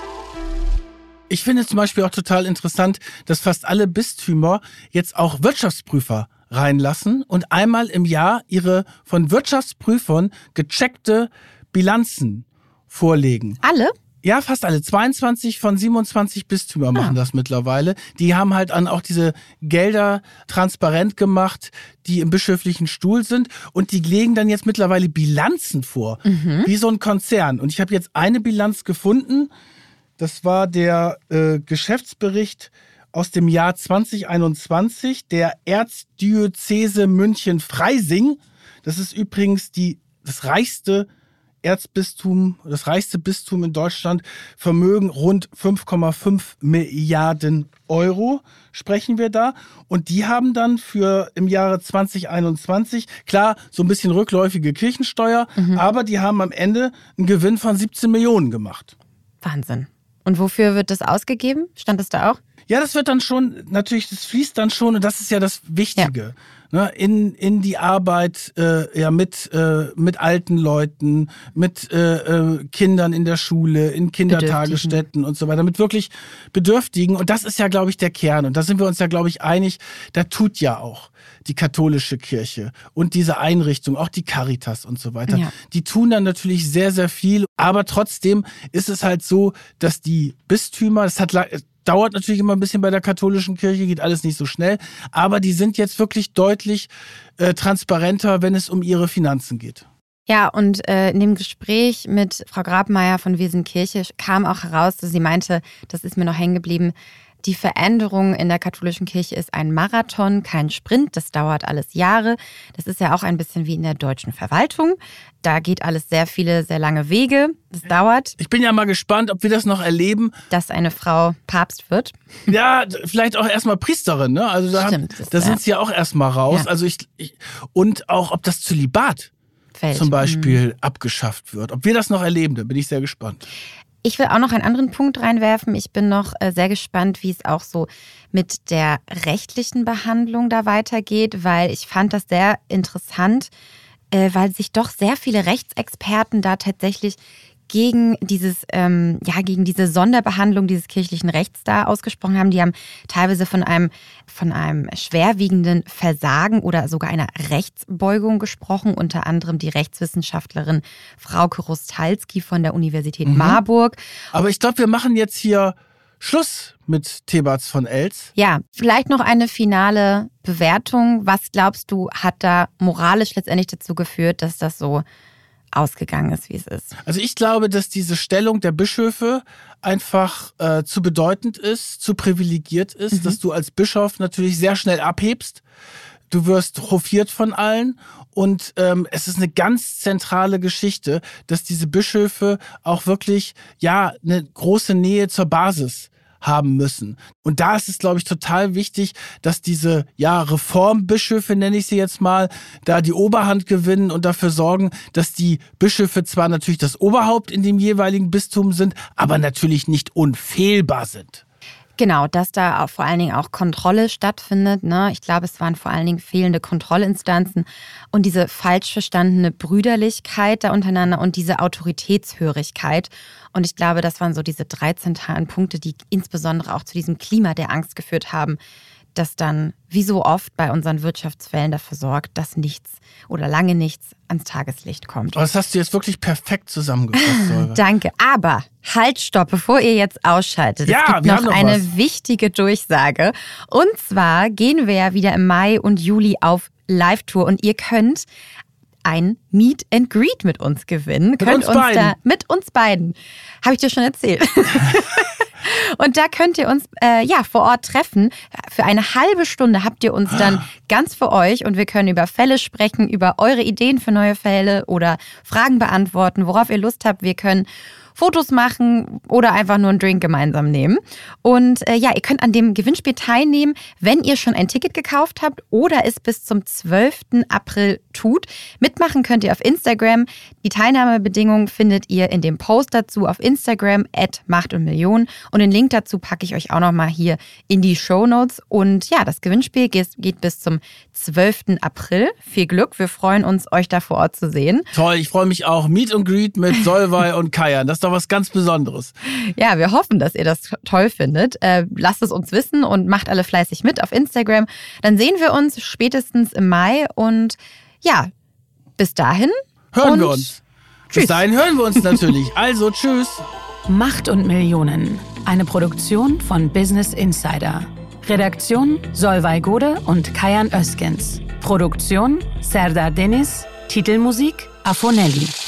Ich finde zum Beispiel auch total interessant, dass fast alle Bistümer jetzt auch Wirtschaftsprüfer reinlassen und einmal im Jahr ihre von Wirtschaftsprüfern gecheckte Bilanzen vorlegen. Alle? Ja, fast alle. zweiundzwanzig von siebenundzwanzig Bistümer machen ah. das mittlerweile. Die haben halt dann auch diese Gelder transparent gemacht, die im bischöflichen Stuhl sind. Und die legen dann jetzt mittlerweile Bilanzen vor, mhm. wie so ein Konzern. Und ich habe jetzt eine Bilanz gefunden. Das war der äh, Geschäftsbericht aus dem Jahr zwanzig einundzwanzig der Erzdiözese München-Freising. Das ist übrigens die, das reichste Erzbistum, das reichste Bistum in Deutschland. Vermögen rund fünf Komma fünf Milliarden Euro sprechen wir da. Und die haben dann für im Jahre zwanzig einundzwanzig, klar, so ein bisschen rückläufige Kirchensteuer, mhm. aber die haben am Ende einen Gewinn von siebzehn Millionen gemacht. Wahnsinn. Und wofür wird das ausgegeben? Stand das da auch? Ja, das wird dann schon, natürlich, das fließt dann schon und das ist ja das Wichtige. Ja. Ne, in, in die Arbeit äh, ja, mit, äh, mit alten Leuten, mit äh, äh, Kindern in der Schule, in Kindertagesstätten und so weiter, mit wirklich Bedürftigen. Und das ist ja, glaube ich, der Kern. Und da sind wir uns ja, glaube ich, einig, da tut ja auch die katholische Kirche und diese Einrichtung, auch die Caritas und so weiter, ja. die tun dann natürlich sehr, sehr viel. Aber trotzdem ist es halt so, dass die Bistümer, das hat dauert natürlich immer ein bisschen bei der katholischen Kirche, geht alles nicht so schnell, aber die sind jetzt wirklich deutlich äh, transparenter, wenn es um ihre Finanzen geht. Ja, und äh, in dem Gespräch mit Frau Grabmeier von Wir sind Kirche kam auch heraus, dass sie meinte, das ist mir noch hängen geblieben, die Veränderung in der katholischen Kirche ist ein Marathon, kein Sprint. Das dauert alles Jahre. Das ist ja auch ein bisschen wie in der deutschen Verwaltung. Da geht alles sehr viele, sehr lange Wege. Das dauert. Ich bin ja mal gespannt, ob wir das noch erleben. Dass eine Frau Papst wird. Ja, vielleicht auch erstmal Priesterin. Ne? Also da, Stimmt, da sind sie ja auch erstmal raus. Ja. Also ich, ich, und auch, ob das Zölibat Fällt. zum Beispiel mhm. abgeschafft wird. Ob wir das noch erleben, da bin ich sehr gespannt. Ich will auch noch einen anderen Punkt reinwerfen. Ich bin noch sehr gespannt, wie es auch so mit der rechtlichen Behandlung da weitergeht, weil ich fand das sehr interessant, weil sich doch sehr viele Rechtsexperten da tatsächlich gegen dieses, ähm, ja, gegen diese Sonderbehandlung dieses kirchlichen Rechts da ausgesprochen haben. Die haben teilweise von einem, von einem schwerwiegenden Versagen oder sogar einer Rechtsbeugung gesprochen, unter anderem die Rechtswissenschaftlerin Frauke Rostalski von der Universität mhm. Marburg. Aber ich glaube, wir machen jetzt hier Schluss mit Thebats van Elst. Ja, vielleicht noch eine finale Bewertung. Was glaubst du, hat da moralisch letztendlich dazu geführt, dass das so ausgegangen ist, wie es ist? Also ich glaube, dass diese Stellung der Bischöfe einfach äh, zu bedeutend ist, zu privilegiert ist, mhm. dass du als Bischof natürlich sehr schnell abhebst. Du wirst hofiert von allen und ähm, es ist eine ganz zentrale Geschichte, dass diese Bischöfe auch wirklich ja eine große Nähe zur Basis haben müssen. Und da ist es, glaube ich, total wichtig, dass diese ja Reformbischöfe, nenne ich sie jetzt mal, da die Oberhand gewinnen und dafür sorgen, dass die Bischöfe zwar natürlich das Oberhaupt in dem jeweiligen Bistum sind, aber natürlich nicht unfehlbar sind. Genau, dass da auch vor allen Dingen auch Kontrolle stattfindet. Ne? Ich glaube, es waren vor allen Dingen fehlende Kontrollinstanzen und diese falsch verstandene Brüderlichkeit da untereinander und diese Autoritätshörigkeit. Und ich glaube, das waren so diese drei zentralen Punkte, die insbesondere auch zu diesem Klima der Angst geführt haben, das dann, wie so oft bei unseren Wirtschaftsfällen, dafür sorgt, dass nichts oder lange nichts ans Tageslicht kommt. Oh, das hast du jetzt wirklich perfekt zusammengefasst, Solveig. Danke, aber halt, stopp, bevor ihr jetzt ausschaltet. Ja, es gibt wir noch, haben noch eine was. wichtige Durchsage. Und zwar gehen wir ja wieder im Mai und Juli auf Live-Tour und ihr könnt ein Meet and Greet mit uns gewinnen. Mit könnt uns beiden. Da, mit uns beiden. Habe ich dir schon erzählt. Und da könnt ihr uns äh, ja vor Ort treffen. Für eine halbe Stunde habt ihr uns dann ganz für euch und wir können über Fälle sprechen, über eure Ideen für neue Fälle oder Fragen beantworten, worauf ihr Lust habt. Wir können Fotos machen oder einfach nur einen Drink gemeinsam nehmen. Und äh, ja, ihr könnt an dem Gewinnspiel teilnehmen, wenn ihr schon ein Ticket gekauft habt oder es bis zum zwölften April tut. Mitmachen könnt ihr auf Instagram. Die Teilnahmebedingungen findet ihr in dem Post dazu auf Instagram at Macht und Millionen. Und den Link dazu packe ich euch auch nochmal hier in die Shownotes. Und ja, das Gewinnspiel geht, geht bis zum zwölften April. Viel Glück, wir freuen uns, euch da vor Ort zu sehen. Toll, ich freue mich auch. Meet and Greet mit Solveig und Kajan. Das ist doch was ganz Besonderes. Ja, wir hoffen, dass ihr das toll findet. Äh, lasst es uns wissen und macht alle fleißig mit auf Instagram. Dann sehen wir uns spätestens im Mai und ja, bis dahin. Hören wir uns. Tschüss. Bis dahin hören wir uns natürlich. Also, tschüss. Macht und Millionen. Eine Produktion von Business Insider. Redaktion Solveig Gode und Kajan Özgens. Produktion Serdar Deniz. Titelmusik Afonelli.